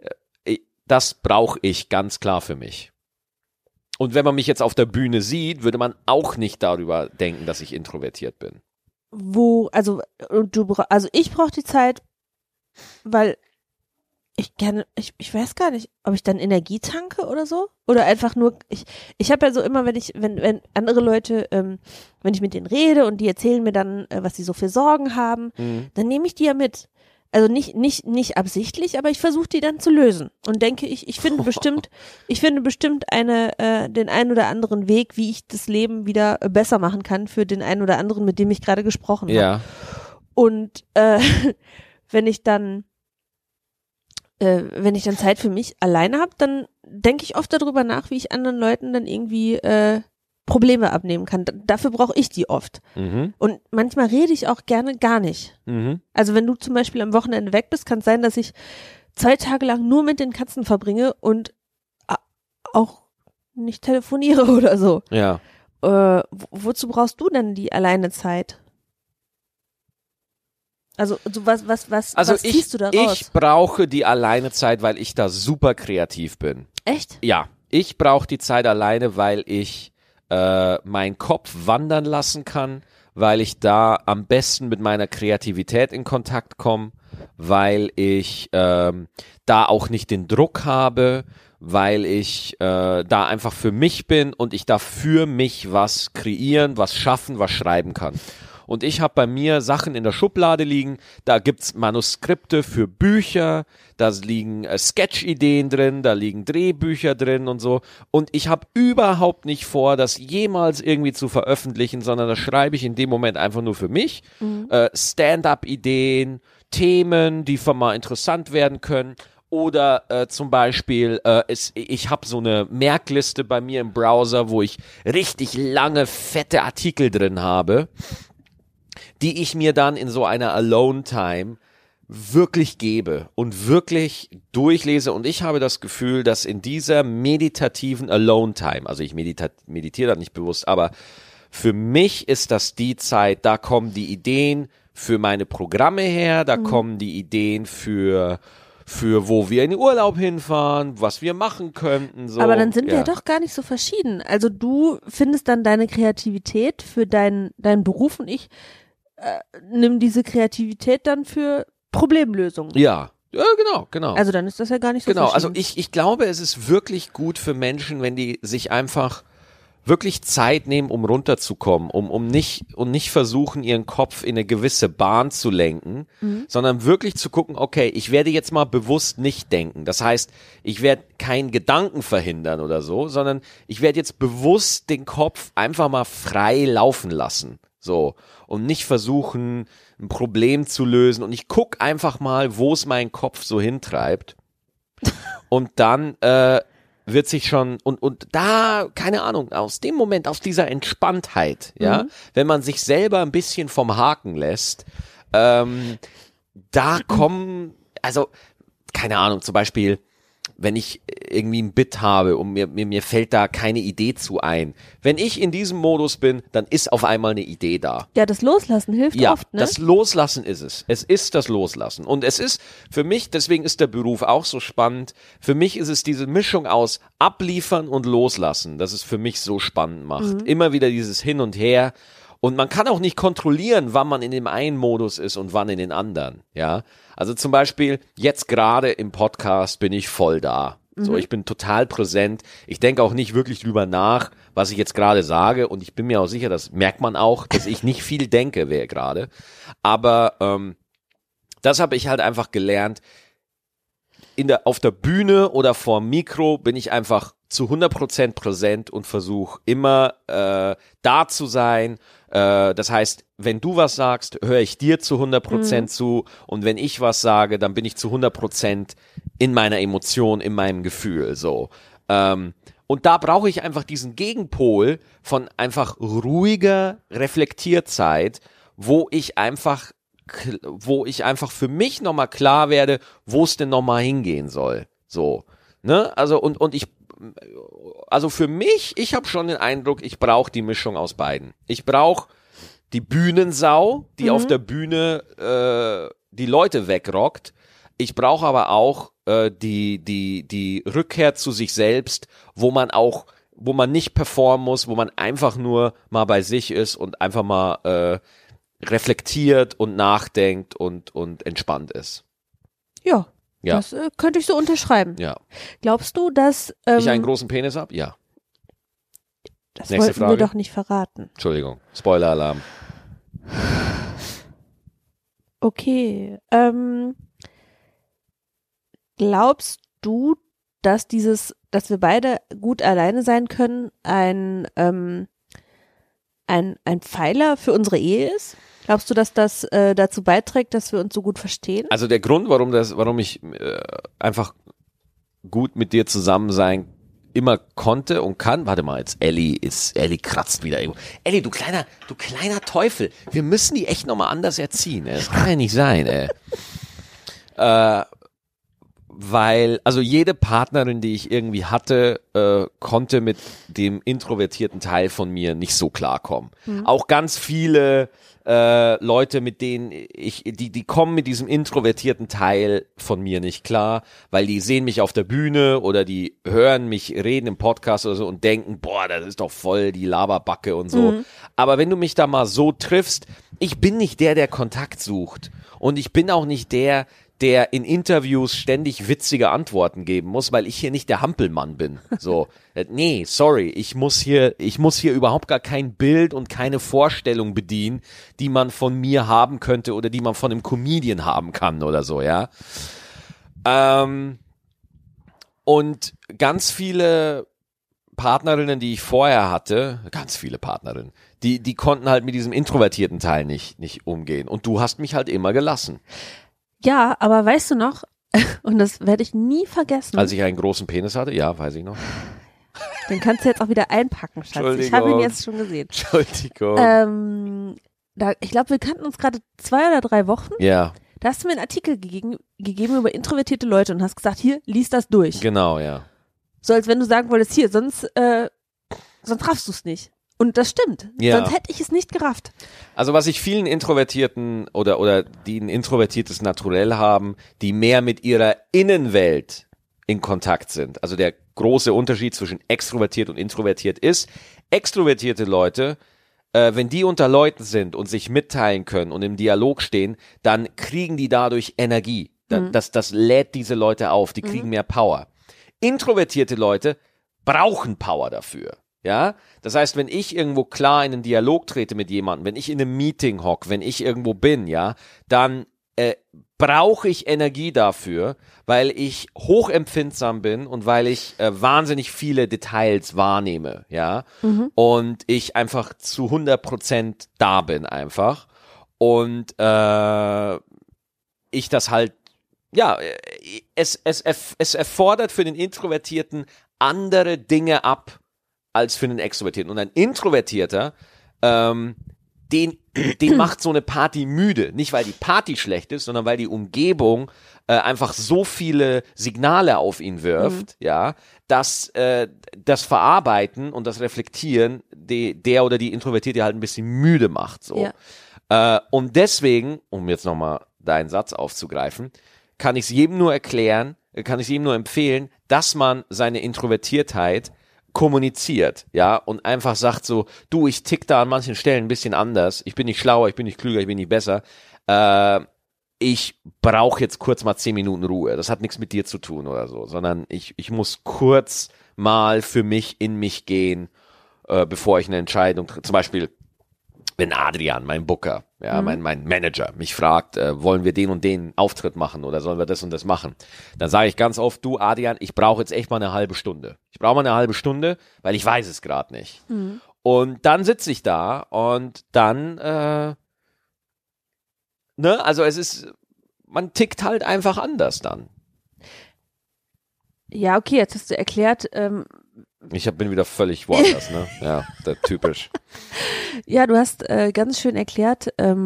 das brauche ich ganz klar für mich. Und wenn man mich jetzt auf der Bühne sieht, würde man auch nicht darüber denken, dass ich introvertiert bin. Also ich brauche die Zeit, weil ich weiß gar nicht, ob ich dann Energie tanke oder so. Oder einfach nur, ich habe ja so immer, wenn andere Leute, wenn ich mit denen rede und die erzählen mir dann, was sie so für Sorgen haben, dann nehme ich die ja mit. Also nicht absichtlich, aber ich versuche die dann zu lösen. Und denke, ich finde bestimmt den einen oder anderen Weg, wie ich das Leben wieder besser machen kann für den einen oder anderen, mit dem ich gerade gesprochen habe. Ja. Und wenn ich dann Zeit für mich alleine habe, dann denke ich oft darüber nach, wie ich anderen Leuten dann irgendwie Probleme abnehmen kann. Dafür brauche ich die oft. Mhm. Und manchmal rede ich auch gerne gar nicht. Mhm. Also wenn du zum Beispiel am Wochenende weg bist, kann es sein, dass ich 2 Tage lang nur mit den Katzen verbringe und auch nicht telefoniere oder so. Ja. Wozu brauchst du denn die Alleinezeit? Also was ziehst du da raus? Ich brauche die Alleinezeit, weil ich da super kreativ bin. Echt? Ja, ich brauche die Zeit alleine, weil ich meinen Kopf wandern lassen kann, weil ich da am besten mit meiner Kreativität in Kontakt komme, weil ich da auch nicht den Druck habe, weil ich da einfach für mich bin und ich da für mich was kreieren, was schaffen, was schreiben kann. Und ich habe bei mir Sachen in der Schublade liegen, da gibt's Manuskripte für Bücher, da liegen Sketch-Ideen drin, da liegen Drehbücher drin und so. Und ich habe überhaupt nicht vor, das jemals irgendwie zu veröffentlichen, sondern das schreibe ich in dem Moment einfach nur für mich. Stand-up-Ideen, Themen, die mal interessant werden können. Oder zum Beispiel, ich habe so eine Merkliste bei mir im Browser, wo ich richtig lange, fette Artikel drin habe, die ich mir dann in so einer Alone-Time wirklich gebe und wirklich durchlese. Und ich habe das Gefühl, dass in dieser meditativen Alone-Time, also ich meditiere da nicht bewusst, aber für mich ist das die Zeit, da kommen die Ideen für meine Programme her, da kommen die Ideen für für wo wir in den Urlaub hinfahren, was wir machen könnten. So. Aber dann sind wir ja doch gar nicht so verschieden. Also du findest dann deine Kreativität für deinen Beruf und ich nimm diese Kreativität dann für Problemlösungen. Ja, genau. Also dann ist das ja gar nicht so Genau, verschieden. also ich glaube, es ist wirklich gut für Menschen, wenn die sich einfach wirklich Zeit nehmen, um runterzukommen, um nicht versuchen, ihren Kopf in eine gewisse Bahn zu lenken, sondern wirklich zu gucken, okay, ich werde jetzt mal bewusst nicht denken. Das heißt, ich werde keinen Gedanken verhindern oder so, sondern ich werde jetzt bewusst den Kopf einfach mal frei laufen lassen. So. Und nicht versuchen, ein Problem zu lösen. Und ich gucke einfach mal, wo es mein Kopf so hintreibt. Und dann wird sich schon, und da, keine Ahnung, aus dem Moment, aus dieser Entspanntheit, ja, wenn man sich selber ein bisschen vom Haken lässt, da kommen, also, keine Ahnung, zum Beispiel, wenn ich irgendwie ein Bit habe und mir fällt da keine Idee zu ein. Wenn ich in diesem Modus bin, dann ist auf einmal eine Idee da. Ja, das Loslassen hilft oft, ne? Das Loslassen ist es. Es ist das Loslassen. Und es ist für mich, deswegen ist der Beruf auch so spannend, für mich ist es diese Mischung aus Abliefern und Loslassen, das es für mich so spannend macht. Immer wieder dieses Hin und Her. Und man kann auch nicht kontrollieren, wann man in dem einen Modus ist und wann in den anderen, ja. Also zum Beispiel, jetzt gerade im Podcast bin ich voll da. So, ich bin total präsent. Ich denke auch nicht wirklich drüber nach, was ich jetzt gerade sage. Und ich bin mir auch sicher, das merkt man auch, dass ich nicht viel denke gerade. Aber das habe ich halt einfach gelernt. Auf der Bühne oder vorm Mikro bin ich einfach zu 100% präsent und versuche immer da zu sein. Das heißt, wenn du was sagst, höre ich dir zu 100% zu, und wenn ich was sage, dann bin ich zu 100% in meiner Emotion, in meinem Gefühl, so. Und da brauche ich einfach diesen Gegenpol von einfach ruhiger Reflektierzeit, wo ich einfach für mich nochmal klar werde, wo es denn nochmal hingehen soll, so, ne, also also für mich, ich habe schon den Eindruck, ich brauche die Mischung aus beiden. Ich brauche die Bühnensau, die auf der Bühne die Leute wegrockt. Ich brauche aber auch die Rückkehr zu sich selbst, wo man nicht performen muss, wo man einfach nur mal bei sich ist und einfach mal reflektiert und nachdenkt und entspannt ist. Ja. Ja. Das könnte ich so unterschreiben. Ja. Glaubst du, dass Ich einen großen Penis habe? Ja. das Nächste wollten Frage. wir doch nicht verraten. Entschuldigung. Spoiler-Alarm. Okay. Glaubst du, dass dass wir beide gut alleine sein können, ein Pfeiler für unsere Ehe ist? Glaubst du, dass das dazu beiträgt, dass wir uns so gut verstehen? Also der Grund, warum ich einfach gut mit dir zusammen sein immer konnte und kann, warte mal, jetzt Ellie kratzt wieder irgendwo. Ellie, du kleiner Teufel, wir müssen die echt nochmal anders erziehen, ey. Das kann ja nicht sein, ey. Weil, also jede Partnerin, die ich irgendwie hatte, konnte mit dem introvertierten Teil von mir nicht so klarkommen. Auch ganz viele Leute, mit denen die kommen mit diesem introvertierten Teil von mir nicht klar, weil die sehen mich auf der Bühne oder die hören mich reden im Podcast oder so und denken, boah, das ist doch voll die Laberbacke und so. Aber wenn du mich da mal so triffst, ich bin nicht der Kontakt sucht, und ich bin auch nicht der in Interviews ständig witzige Antworten geben muss, weil ich hier nicht der Hampelmann bin. So, nee, sorry, ich muss hier überhaupt gar kein Bild und keine Vorstellung bedienen, die man von mir haben könnte oder die man von einem Comedian haben kann oder so, ja. Und ganz viele Partnerinnen, die ich vorher hatte, ganz viele Partnerinnen, die konnten halt mit diesem introvertierten Teil nicht umgehen. Und du hast mich halt immer gelassen. Ja, aber weißt du noch, und das werde ich nie vergessen. Als ich einen großen Penis hatte, ja, weiß ich noch. Den kannst du jetzt auch wieder einpacken, Schatz. Ich habe ihn jetzt schon gesehen. Entschuldigung. Ich glaube, wir kannten uns gerade 2 oder 3 Wochen. Ja. Da hast du mir einen Artikel gegeben über introvertierte Leute und hast gesagt, hier, lies das durch. Genau, ja. So als wenn du sagen wolltest, hier, sonst raffst du es nicht. Und das stimmt. Ja. Sonst hätte ich es nicht gerafft. Also was ich vielen Introvertierten oder die ein introvertiertes Naturell haben, die mehr mit ihrer Innenwelt in Kontakt sind. Also der große Unterschied zwischen extrovertiert und introvertiert ist, extrovertierte Leute, wenn die unter Leuten sind und sich mitteilen können und im Dialog stehen, dann kriegen die dadurch Energie. Das lädt diese Leute auf, die kriegen mehr Power. Introvertierte Leute brauchen Power dafür. Ja, das heißt, wenn ich irgendwo klar in einen Dialog trete mit jemandem, wenn ich in einem Meeting hocke, wenn ich irgendwo bin, ja, dann brauche ich Energie dafür, weil ich hochempfindsam bin und weil ich wahnsinnig viele Details wahrnehme, ja, und ich einfach zu 100% da bin einfach und ich das halt, ja, es erfordert für den Introvertierten andere Dinge ab als für den Extrovertierten. Und ein Introvertierter, den macht so eine Party müde. Nicht, weil die Party schlecht ist, sondern weil die Umgebung einfach so viele Signale auf ihn wirft, ja, dass das Verarbeiten und das Reflektieren der oder die Introvertierte halt ein bisschen müde macht. So. Ja. Und deswegen, um jetzt nochmal deinen Satz aufzugreifen, kann ich es jedem nur empfehlen, dass man seine Introvertiertheit kommuniziert, ja, und einfach sagt so, du, ich tick da an manchen Stellen ein bisschen anders, ich bin nicht schlauer, ich bin nicht klüger, ich bin nicht besser, ich brauche jetzt kurz mal 10 Minuten Ruhe, das hat nichts mit dir zu tun oder so, sondern ich muss kurz mal für mich in mich gehen, bevor ich eine Entscheidung treffe. Zum Beispiel, wenn Adrian, mein Booker, ja, mein Manager, mich fragt, wollen wir den und den Auftritt machen oder sollen wir das und das machen? Dann sage ich ganz oft, du Adrian, ich brauche jetzt echt mal eine halbe Stunde. Ich brauche mal eine halbe Stunde, weil ich weiß es gerade nicht. Und dann sitze ich da und dann, also man tickt halt einfach anders dann. Ja, okay, jetzt hast du erklärt, Ich bin wieder völlig woanders, ne? Ja, typisch. Ja, du hast ganz schön erklärt,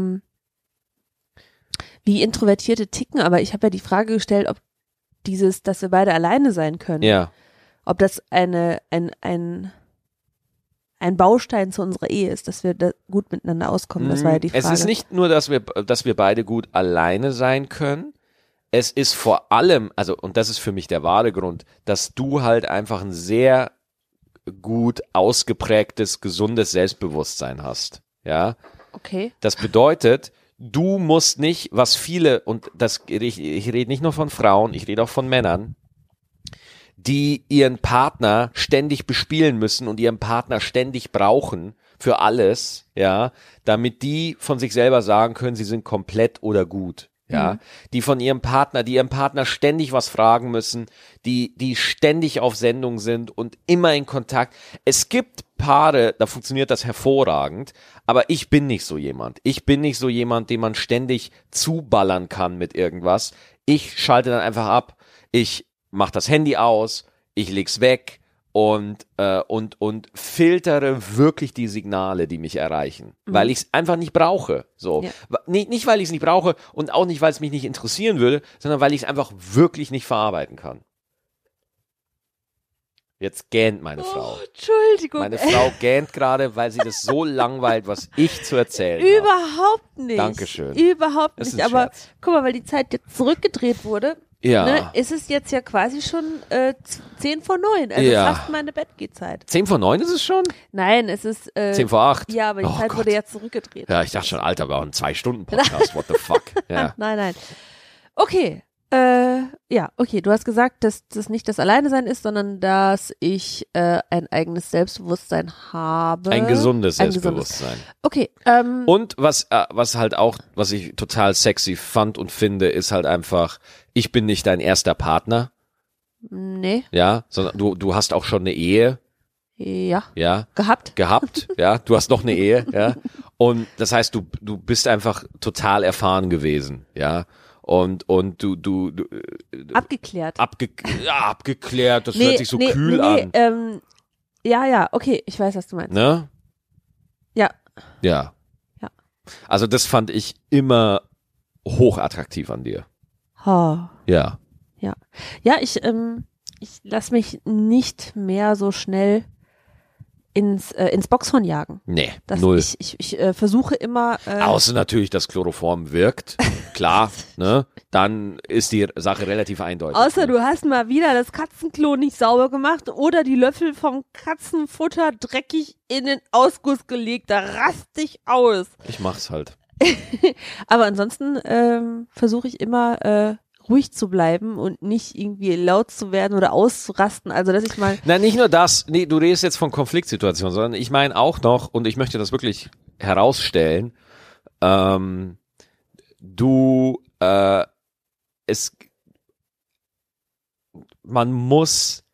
wie Introvertierte ticken, aber ich habe ja die Frage gestellt, ob dass wir beide alleine sein können, Ja. ob das ein Baustein zu unserer Ehe ist, dass wir da gut miteinander auskommen. Das war ja die Frage. Es ist nicht nur, dass wir beide gut alleine sein können. Es ist vor allem, also, und das ist für mich der wahre Grund, dass du halt einfach ein sehr gut ausgeprägtes, gesundes Selbstbewusstsein hast. Ja. Okay. Das bedeutet, du musst nicht, was viele, und ich rede nicht nur von Frauen, ich rede auch von Männern, die ihren Partner ständig bespielen müssen und ihren Partner ständig brauchen für alles, ja, damit die von sich selber sagen können, sie sind komplett oder gut. Ja, die ihrem Partner ständig was fragen müssen, die ständig auf Sendung sind und immer in Kontakt. Es gibt Paare, da funktioniert das hervorragend, aber ich bin nicht so jemand. Ich bin nicht so jemand, den man ständig zuballern kann mit irgendwas. Ich schalte dann einfach ab. Ich mach das Handy aus, ich leg's weg und filtere wirklich die Signale, die mich erreichen, weil ich es einfach nicht brauche. So. Ja. Nicht, weil ich es nicht brauche und auch nicht, weil es mich nicht interessieren würde, sondern weil ich es einfach wirklich nicht verarbeiten kann. Jetzt gähnt meine Frau. Entschuldigung. Meine Frau gähnt gerade, weil sie das so langweilt, was ich zu erzählen habe. Überhaupt nicht. Dankeschön. Überhaupt nicht. Aber guck mal, weil die Zeit jetzt zurückgedreht wurde, ja. Ne, ist es jetzt ja quasi schon 10 vor 9, also fast meine Bettgehzeit. 10 vor 9 ist es schon? Nein, es ist 10 vor 8. Ja, aber die Zeit wurde ja zurückgedreht. Ja, ich dachte schon, Alter, wir haben einen 2-Stunden-Podcast, what the fuck. Ja. Nein. Okay, ja, okay, du hast gesagt, dass das nicht das Alleinesein ist, sondern dass ich ein eigenes Selbstbewusstsein habe. Ein gesundes Selbstbewusstsein. Okay. Und was halt auch, was ich total sexy fand und finde, ist halt einfach, ich bin nicht dein erster Partner. Nee. Ja, sondern du hast auch schon eine Ehe. Ja. Ja. Gehabt, ja. Du hast noch eine Ehe, ja. Und das heißt, du bist einfach total erfahren gewesen, ja. Und du abgeklärt. Abgeklärt, das hört sich so kühl an. Ja, okay, ich weiß, was du meinst. Ne? Ja. Also das fand ich immer hochattraktiv an dir. Oh. Ja. Ja, ich lasse mich nicht mehr so schnell ins Boxhorn jagen. Nee, Das, null. Ich versuche immer. Außer natürlich, dass Chloroform wirkt. Klar, ne? Dann ist die Sache relativ eindeutig. Außer du hast mal wieder das Katzenklo nicht sauber gemacht oder die Löffel vom Katzenfutter dreckig in den Ausguss gelegt. Da rast dich aus. Ich mach's halt. Aber ansonsten versuche ich immer ruhig zu bleiben und nicht irgendwie laut zu werden oder auszurasten. Also dass ich mal. Na, nicht nur das. Nee, du redest jetzt von Konfliktsituationen, sondern ich meine auch noch, und ich möchte das wirklich herausstellen, man muss,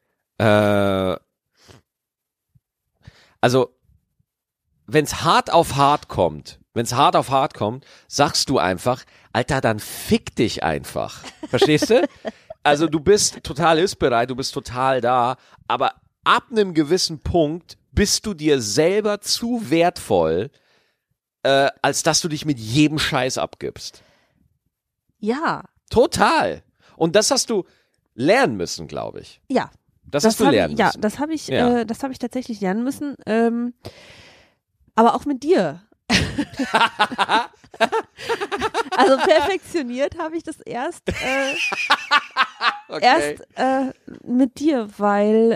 also, wenn's hart auf hart kommt, sagst du einfach, Alter, dann fick dich einfach. Verstehst du? Also du bist total hilfsbereit, du bist total da, aber ab einem gewissen Punkt bist du dir selber zu wertvoll, als dass du dich mit jedem Scheiß abgibst. Ja. Total. Und das hast du lernen müssen, glaube ich. Ja. Das hast du lernen müssen. Ja, das habe ich tatsächlich lernen müssen. Aber auch mit dir. Also perfektioniert habe ich das erst mit dir, weil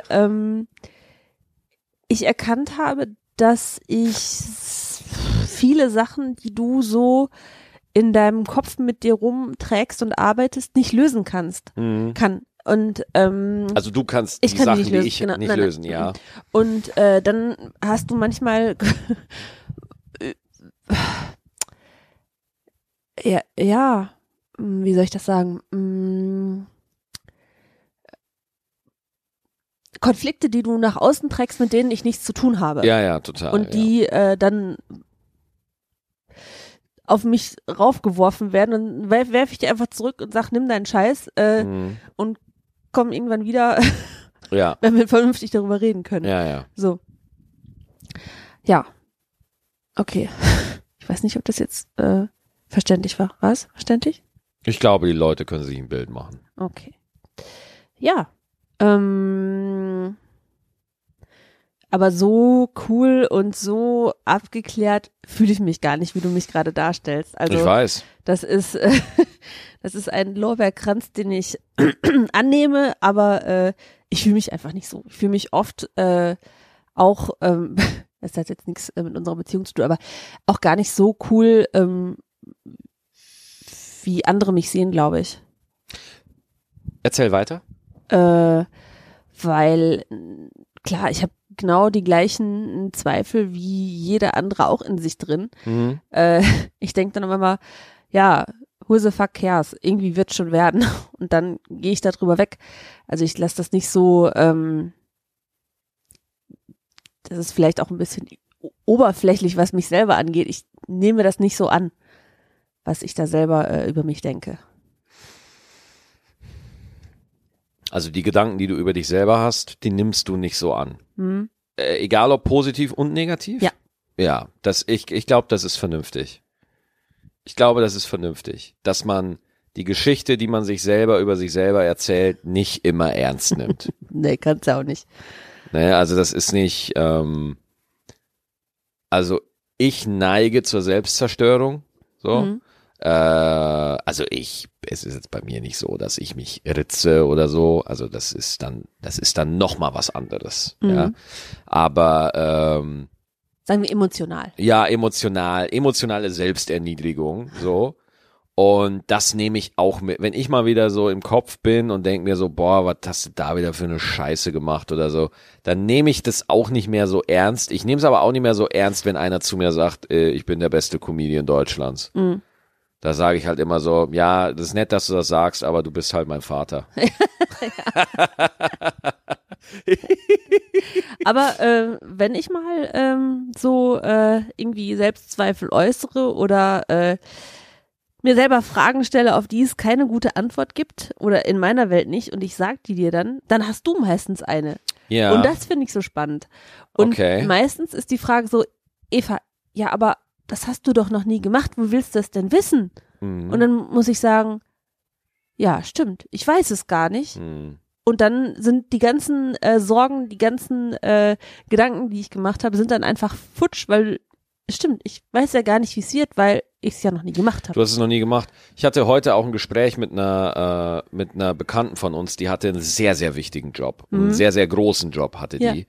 ich erkannt habe, dass ich viele Sachen, die du so in deinem Kopf mit dir rumträgst und arbeitest, nicht lösen kann. Und also du kannst die Sachen, die ich nicht lösen, ja. Und dann hast du manchmal ja, wie soll ich das sagen? Konflikte, die du nach außen trägst, mit denen ich nichts zu tun habe. Ja, total. Und die dann auf mich raufgeworfen werden, dann werfe ich die einfach zurück und sag, nimm deinen Scheiß und komm irgendwann wieder, wenn wir vernünftig darüber reden können. Ja. So. Ja. Okay. Ich weiß nicht, ob das jetzt verständlich war. Was? Verständlich? Ich glaube, die Leute können sich ein Bild machen. Okay. Ja. Aber so cool und so abgeklärt fühle ich mich gar nicht, wie du mich gerade darstellst. Also, ich weiß. Das ist ein Lorbeerkranz, den ich annehme, aber ich fühle mich einfach nicht so. Ich fühle mich oft auch, das hat jetzt nichts mit unserer Beziehung zu tun, aber auch gar nicht so cool, wie andere mich sehen, glaube ich. Erzähl weiter. Weil, klar, ich habe genau die gleichen Zweifel wie jeder andere auch in sich drin. Ich denke dann immer mal, ja, who the fuck cares? Irgendwie wird schon werden. Und dann gehe ich da drüber weg. Also ich lasse das nicht so, das ist vielleicht auch ein bisschen oberflächlich, was mich selber angeht. Ich nehme das nicht so an, was ich da selber über mich denke. Also die Gedanken, die du über dich selber hast, die nimmst du nicht so an. Egal ob positiv und negativ? Ja. Ja, ich glaube, das ist vernünftig. Ich glaube, das ist vernünftig, dass man die Geschichte, die man sich selber über sich selber erzählt, nicht immer ernst nimmt. Nee, kannst du auch nicht. Naja, also das ist nicht, also ich neige zur Selbstzerstörung, so. Also es ist jetzt bei mir nicht so, dass ich mich ritze oder so, also das ist dann noch mal was anderes, ja. Aber sagen wir emotional. Ja, emotionale Selbsterniedrigung, so. Und das nehme ich auch mit, wenn ich mal wieder so im Kopf bin und denke mir so, boah, was hast du da wieder für eine Scheiße gemacht oder so, dann nehme ich das auch nicht mehr so ernst. Ich nehme es aber auch nicht mehr so ernst, wenn einer zu mir sagt, ich bin der beste Comedian Deutschlands. Da sage ich halt immer so, ja, das ist nett, dass du das sagst, aber du bist halt mein Vater. Aber wenn ich mal so irgendwie Selbstzweifel äußere oder mir selber Fragen stelle, auf die es keine gute Antwort gibt oder in meiner Welt nicht und ich sag die dir dann hast du meistens eine. Ja. Und das finde ich so spannend. Und meistens ist die Frage so, Eva, ja, aber das hast du doch noch nie gemacht, wo willst du das denn wissen? Und dann muss ich sagen, ja, stimmt, ich weiß es gar nicht. Und dann sind die ganzen Sorgen, die ganzen Gedanken, die ich gemacht habe, sind dann einfach futsch, weil, stimmt, ich weiß ja gar nicht, wie es wird, weil ich es ja noch nie gemacht habe. Du hast es noch nie gemacht. Ich hatte heute auch ein Gespräch mit einer Bekannten von uns, die hatte einen sehr, sehr wichtigen Job. Einen sehr, sehr großen Job hatte die.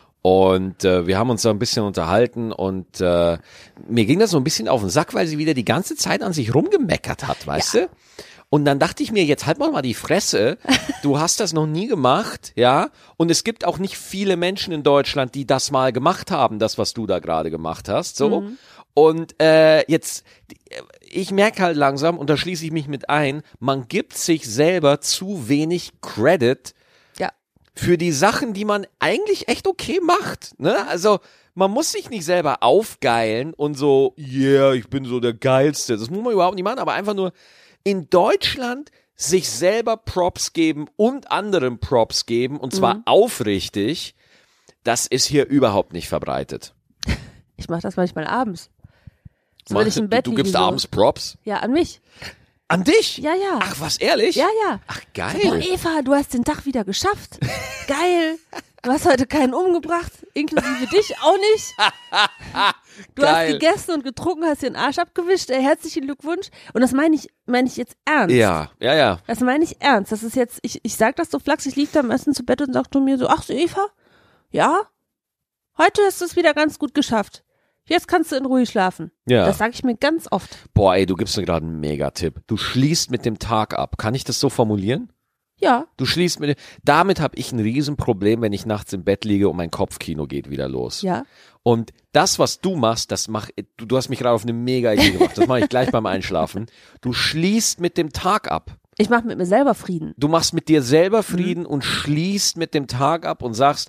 Und wir haben uns da ein bisschen unterhalten und mir ging das so ein bisschen auf den Sack, weil sie wieder die ganze Zeit an sich rumgemeckert hat, weißt du? Und dann dachte ich mir, jetzt halt mal die Fresse, du hast das noch nie gemacht, ja? Und es gibt auch nicht viele Menschen in Deutschland, die das mal gemacht haben, das, was du da gerade gemacht hast, so. Und jetzt, ich merke halt langsam, und da schließe ich mich mit ein, man gibt sich selber zu wenig Credit für die Sachen, die man eigentlich echt okay macht, ne? Also, man muss sich nicht selber aufgeilen und so, yeah, ich bin so der Geilste. Das muss man überhaupt nicht machen, aber einfach nur in Deutschland sich selber Props geben und anderen Props geben, und zwar aufrichtig, das ist hier überhaupt nicht verbreitet. Ich mache das manchmal abends. So, wenn ich im Bett du gibst liege, abends Props? Ja, an mich. An dich? Ja, ja. Ach, was, ehrlich? Ja, ja. Ach, geil. Boah, Eva, du hast den Tag wieder geschafft. Geil. Du hast heute keinen umgebracht, inklusive dich auch nicht. Du Geil. hast gegessen und getrunken, hast dir den Arsch abgewischt. Herzlichen Glückwunsch. Und das meine ich jetzt ernst. Ja. Das meine ich ernst. Das ist jetzt, ich sag das so flachs, ich lieg da am Essen zu Bett und sag zu mir so, ach so, Eva, ja, heute hast du es wieder ganz gut geschafft. Jetzt kannst du in Ruhe schlafen. Ja. Das sage ich mir ganz oft. Boah, ey, du gibst mir gerade einen Megatipp. Du schließt mit dem Tag ab. Kann ich das so formulieren? Ja. Du schließt mit dem, damit habe ich ein Riesenproblem, wenn ich nachts im Bett liege und mein Kopfkino geht wieder los. Ja. Und das, was du machst, du hast mich gerade auf eine mega Idee gebracht. Das mache ich gleich beim Einschlafen. Du schließt mit dem Tag ab. Ich mache mit mir selber Frieden. Du machst mit dir selber Frieden und schließt mit dem Tag ab und sagst,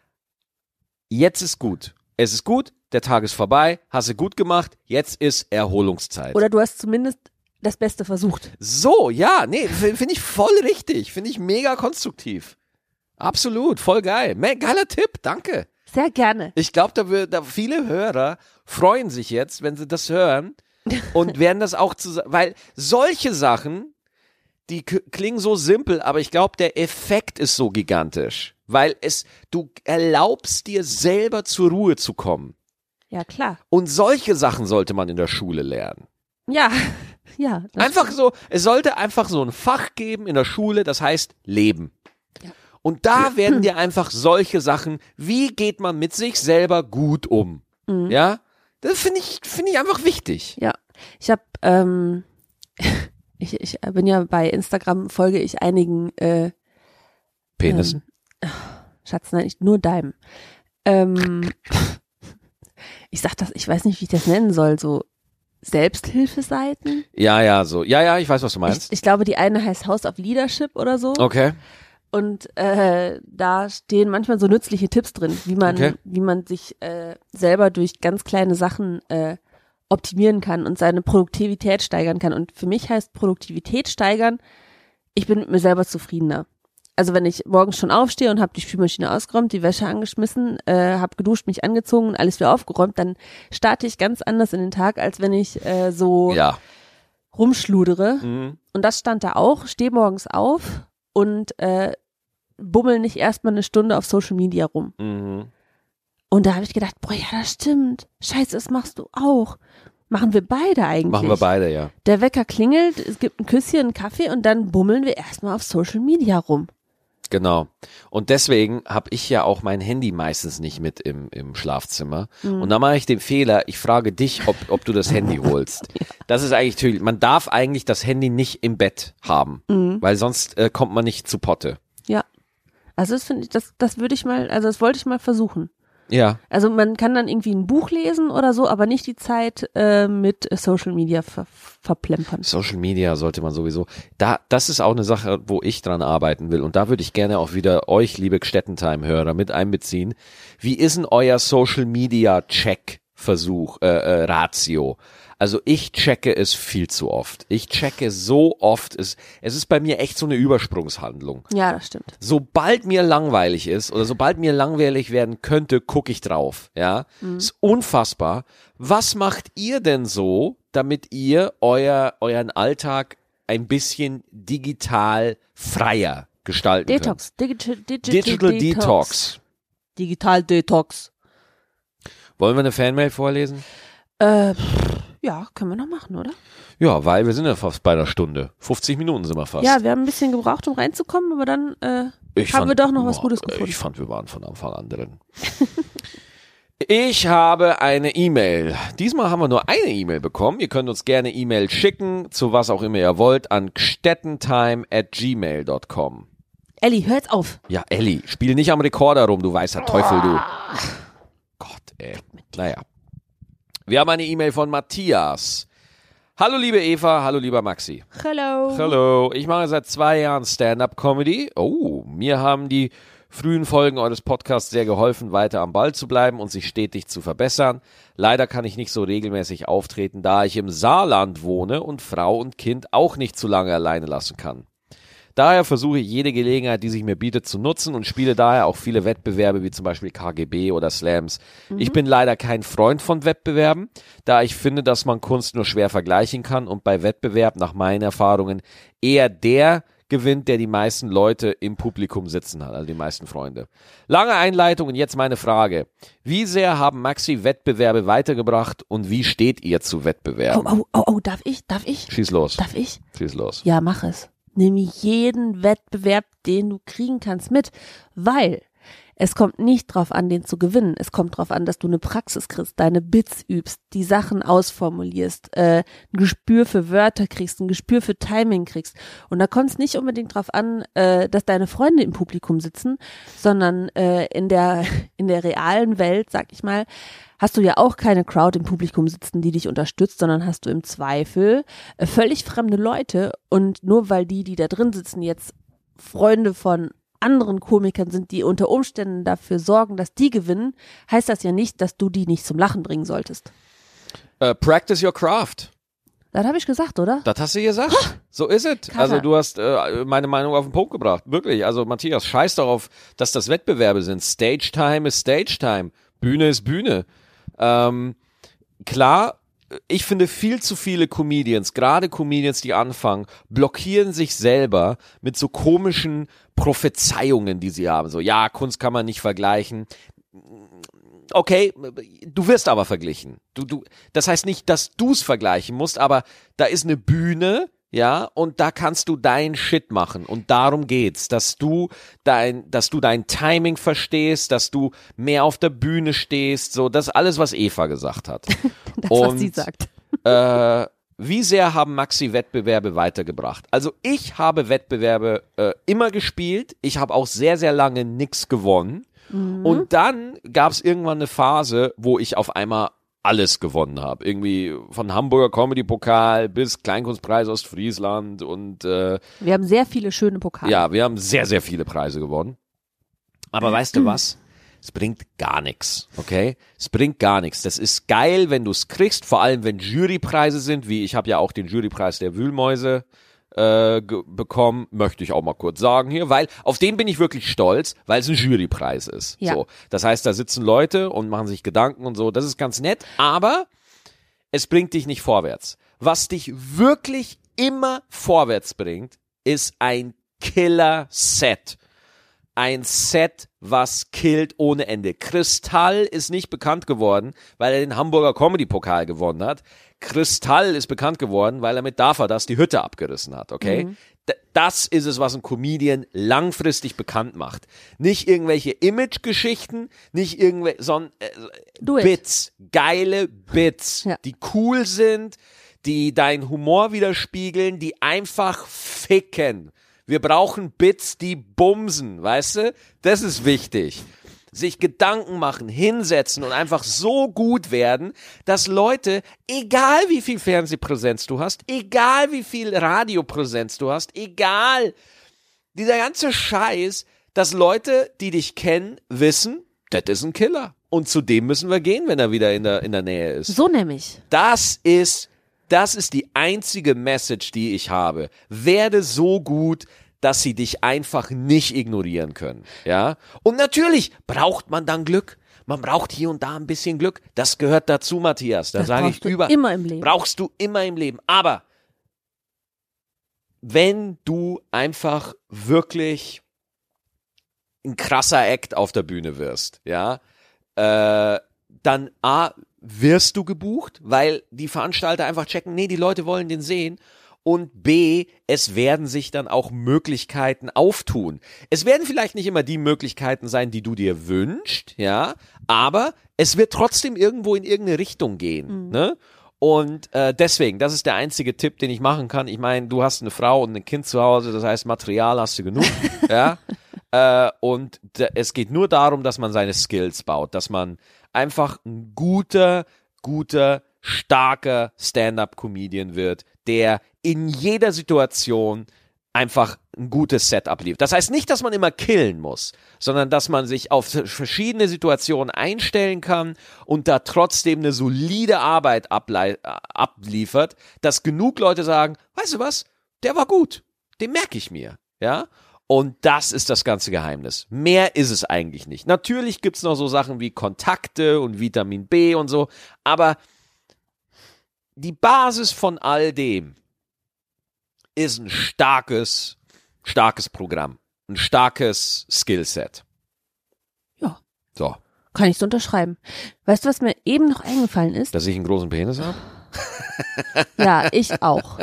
jetzt ist gut. Es ist gut, der Tag ist vorbei, hast du gut gemacht, jetzt ist Erholungszeit. Oder du hast zumindest das Beste versucht. So, ja, nee, finde ich voll richtig. Finde ich mega konstruktiv. Absolut, voll geil. Geiler Tipp, danke. Sehr gerne. Ich glaube, da viele Hörer freuen sich jetzt, wenn sie das hören und werden das auch weil solche Sachen, die klingen so simpel, aber ich glaube, der Effekt ist so gigantisch, weil du erlaubst dir selber zur Ruhe zu kommen. Ja, klar. Und solche Sachen sollte man in der Schule lernen. Ja, ja. Einfach so, es sollte einfach so ein Fach geben in der Schule, das heißt Leben. Ja. Und da werden dir einfach solche Sachen, wie geht man mit sich selber gut um? Ja, das finde ich einfach wichtig. Ja, ich habe, ich bin ja bei Instagram, folge ich einigen Penissen. Schatz, nein, nur deinem. Ich sag das, ich weiß nicht, wie ich das nennen soll, so Selbsthilfeseiten. Ja, so. Ja, ich weiß, was du meinst. Ich glaube, die eine heißt House of Leadership oder so. Okay. Und da stehen manchmal so nützliche Tipps drin, wie man sich selber durch ganz kleine Sachen optimieren kann und seine Produktivität steigern kann. Und für mich heißt Produktivität steigern, ich bin mit mir selber zufriedener. Also wenn ich morgens schon aufstehe und habe die Spülmaschine ausgeräumt, die Wäsche angeschmissen, habe geduscht, mich angezogen und alles wieder aufgeräumt, dann starte ich ganz anders in den Tag, als wenn ich so rumschludere. Mhm. Und das stand da auch, stehe morgens auf und bummel nicht erstmal eine Stunde auf Social Media rum. Mhm. Und da habe ich gedacht, boah, ja, das stimmt. Scheiße, das machst du auch. Machen wir beide eigentlich. Machen wir beide, ja. Der Wecker klingelt, es gibt ein Küsschen, einen Kaffee und dann bummeln wir erstmal auf Social Media rum. Genau. Und deswegen habe ich ja auch mein Handy meistens nicht mit im Schlafzimmer. Und da mache ich den Fehler, ich frage dich, ob du das Handy holst. Das ist eigentlich natürlich, man darf eigentlich das Handy nicht im Bett haben, weil sonst kommt man nicht zu Potte. Ja. Also das finde ich, das würde ich mal, also das wollte ich mal versuchen. Ja. Also man kann dann irgendwie ein Buch lesen oder so, aber nicht die Zeit mit Social Media verplempern. Social Media sollte man sowieso. Das ist auch eine Sache, wo ich dran arbeiten will. Und da würde ich gerne auch wieder euch, liebe Gstettentime-Hörer, mit einbeziehen. Wie ist denn euer Social Media Check-Versuch, Ratio? Also ich checke es viel zu oft. Ich checke so oft, es ist bei mir echt so eine Übersprungshandlung. Ja, das stimmt. Sobald mir langweilig ist oder sobald mir langweilig werden könnte, gucke ich drauf. Ja, ist unfassbar. Was macht ihr denn so, damit ihr euren Alltag ein bisschen digital freier gestalten Detox. können. Digital Detox. Digital Detox. Wollen wir eine Fanmail vorlesen? Ja, können wir noch machen, oder? Ja, weil wir sind ja fast bei einer Stunde. 50 Minuten sind wir fast. Ja, wir haben ein bisschen gebraucht, um reinzukommen, aber dann haben wir doch noch was Gutes gefunden. Ich fand, wir waren von Anfang an drin. Ich habe eine E-Mail. Diesmal haben wir nur eine E-Mail bekommen. Ihr könnt uns gerne E-Mail schicken, zu was auch immer ihr wollt, an gstettentime@gmail.com. Elli, hör jetzt auf. Ja, Elli, spiel nicht am Rekorder rum, du weißer Teufel, du. Gott, ey. Naja. Wir haben eine E-Mail von Matthias. Hallo liebe Eva, hallo lieber Maxi. Hello. Hallo, ich mache seit 2 Jahren Stand-Up-Comedy. Oh, mir haben die frühen Folgen eures Podcasts sehr geholfen, weiter am Ball zu bleiben und sich stetig zu verbessern. Leider kann ich nicht so regelmäßig auftreten, da ich im Saarland wohne und Frau und Kind auch nicht zu lange alleine lassen kann. Daher versuche ich jede Gelegenheit, die sich mir bietet, zu nutzen und spiele daher auch viele Wettbewerbe wie zum Beispiel KGB oder Slams. Ich bin leider kein Freund von Wettbewerben, da ich finde, dass man Kunst nur schwer vergleichen kann und bei Wettbewerb nach meinen Erfahrungen eher der gewinnt, der die meisten Leute im Publikum sitzen hat, also die meisten Freunde. Lange Einleitung und jetzt meine Frage. Wie sehr haben Maxi Wettbewerbe weitergebracht und wie steht ihr zu Wettbewerben? Oh, darf ich? Schieß los. Darf ich? Schieß los. Ja, mach es. Nimm jeden Wettbewerb, den du kriegen kannst, mit, weil es kommt nicht drauf an, den zu gewinnen. Es kommt drauf an, dass du eine Praxis kriegst, deine Bits übst, die Sachen ausformulierst, ein Gespür für Wörter kriegst, ein Gespür für Timing kriegst. Und da kommt es nicht unbedingt drauf an, dass deine Freunde im Publikum sitzen, sondern in der realen Welt, sag ich mal, hast du ja auch keine Crowd im Publikum sitzen, die dich unterstützt, sondern hast du im Zweifel völlig fremde Leute und nur weil die da drin sitzen, jetzt Freunde von anderen Komikern sind, die unter Umständen dafür sorgen, dass die gewinnen, heißt das ja nicht, dass du die nicht zum Lachen bringen solltest. Practice your craft. Das habe ich gesagt, oder? Das hast du gesagt. So ist es. Also du hast meine Meinung auf den Punkt gebracht. Wirklich. Also Matthias, scheiß darauf, dass das Wettbewerbe sind. Stage Time ist Stage Time. Bühne ist Bühne. Klar, ich finde viel zu viele Comedians, gerade Comedians, die anfangen, blockieren sich selber mit so komischen Prophezeiungen, die sie haben. So, ja, Kunst kann man nicht vergleichen. Okay, du wirst aber verglichen. Das heißt nicht, dass du es vergleichen musst, aber da ist eine Bühne, ja, und da kannst du dein Shit machen und darum geht's, dass du dein Timing verstehst, dass du mehr auf der Bühne stehst, so, das ist alles, was Eva gesagt hat. Was sie sagt. Wie sehr haben Maxi Wettbewerbe weitergebracht? Also ich habe Wettbewerbe immer gespielt, ich habe auch sehr, sehr lange nix gewonnen und dann gab es irgendwann eine Phase, wo ich auf einmal alles gewonnen habe. Irgendwie von Hamburger Comedy-Pokal bis Kleinkunstpreis Ostfriesland und wir haben sehr viele schöne Pokale. Ja, wir haben sehr, sehr viele Preise gewonnen. Aber weißt du was? Es bringt gar nichts, okay? Es bringt gar nichts. Das ist geil, wenn du es kriegst, vor allem wenn Jurypreise sind, wie ich habe ja auch den Jurypreis der Wühlmäuse bekommen, möchte ich auch mal kurz sagen hier, weil auf den bin ich wirklich stolz, weil es ein Jurypreis ist. Ja. So, das heißt, da sitzen Leute und machen sich Gedanken und so, das ist ganz nett, aber es bringt dich nicht vorwärts. Was dich wirklich immer vorwärts bringt, ist ein Killer-Set. Ein Set, was killt ohne Ende. Kristall ist nicht bekannt geworden, weil er den Hamburger Comedy-Pokal gewonnen hat. Kristall ist bekannt geworden, weil er mit Darf das die Hütte abgerissen hat, okay? Das ist es, was ein Comedian langfristig bekannt macht. Nicht irgendwelche Image-Geschichten, nicht irgendwelche, sondern Bits, geile Bits, Ja. die cool sind, die deinen Humor widerspiegeln, die einfach ficken. Wir brauchen Bits, die bumsen, weißt du? Das ist wichtig. Sich Gedanken machen, hinsetzen und einfach so gut werden, dass Leute, egal wie viel Fernsehpräsenz du hast, egal wie viel Radiopräsenz du hast, egal, dieser ganze Scheiß, dass Leute, die dich kennen, wissen, das ist ein Killer. Und zu dem müssen wir gehen, wenn er wieder in der Nähe ist. So nämlich. Das ist die einzige Message, die ich habe. Werde so gut, dass sie dich einfach nicht ignorieren können. Ja? Und natürlich braucht man dann Glück. Man braucht hier und da ein bisschen Glück. Das gehört dazu, Matthias. Da Das sage ich brauchst du immer im Leben. Brauchst du immer im Leben. Aber wenn du einfach wirklich ein krasser Act auf der Bühne wirst, ja, dann A, wirst du gebucht, weil die Veranstalter einfach checken, nee, die Leute wollen den sehen. Und B, es werden sich dann auch Möglichkeiten auftun. Es werden vielleicht nicht immer die Möglichkeiten sein, die du dir wünschst, ja, aber es wird trotzdem irgendwo in irgendeine Richtung gehen, ne? Und deswegen, das ist der einzige Tipp, den ich machen kann. Ich meine, du hast eine Frau und ein Kind zu Hause, das heißt, Material hast du genug, ja. Und es geht nur darum, dass man seine Skills baut, dass man einfach ein guter, starker Stand-up-Comedian wird, der in jeder Situation einfach ein gutes Setup liefert. Das heißt nicht, dass man immer killen muss, sondern dass man sich auf verschiedene Situationen einstellen kann und da trotzdem eine solide Arbeit abliefert, dass genug Leute sagen, weißt du was, der war gut, den merke ich mir, ja. Und das ist das ganze Geheimnis. Mehr ist es eigentlich nicht. Natürlich gibt's noch so Sachen wie Kontakte und Vitamin B und so, aber die Basis von all dem ist ein starkes Programm, ein starkes Skillset. Ja. So. Kann ich so unterschreiben. Weißt du, was mir eben noch eingefallen ist? Dass ich einen großen Penis habe? Ja, ich auch.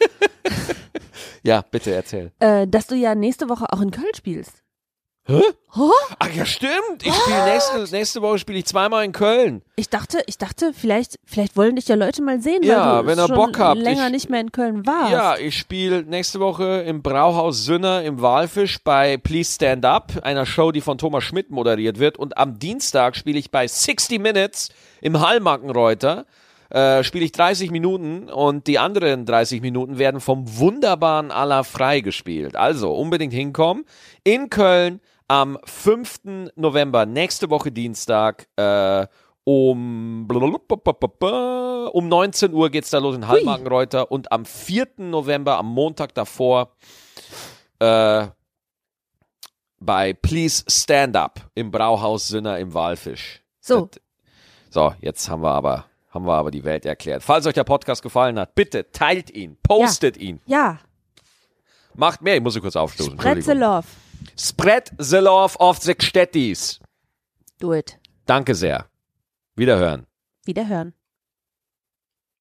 Ja, bitte erzähl. Dass du ja nächste Woche auch in Köln spielst. Hä? Oh? Ach ja, stimmt. Ich spiele nächste Woche spiele ich zweimal in Köln. Ich dachte, vielleicht wollen dich ja Leute mal sehen, Ja, weil du wenn ihr schon Bock habt. länger nicht mehr in Köln warst. Ja, ich spiele nächste Woche im Brauhaus Sünner im Walfisch bei Please Stand Up, einer Show, die von Thomas Schmidt moderiert wird. Und am Dienstag spiele ich bei 60 Minutes im Hallmackenreuter. Spiele ich 30 Minuten und die anderen 30 Minuten werden vom wunderbaren Alla Frei gespielt. Also unbedingt hinkommen. In Köln am 5. November, nächste Woche Dienstag, um 19 Uhr geht's da los in Hallmackenreuter und am 4. November, am Montag davor, bei Please Stand Up im Brauhaus Sünner im Walfisch. So. So, jetzt haben wir aber die Welt erklärt. Falls euch der Podcast gefallen hat, bitte teilt ihn, postet ihn. Ja. Macht mehr, ich muss sie kurz aufstoßen. Spread the love. Spread the love of the Gstettis. Do it. Danke sehr. Wiederhören. Wiederhören.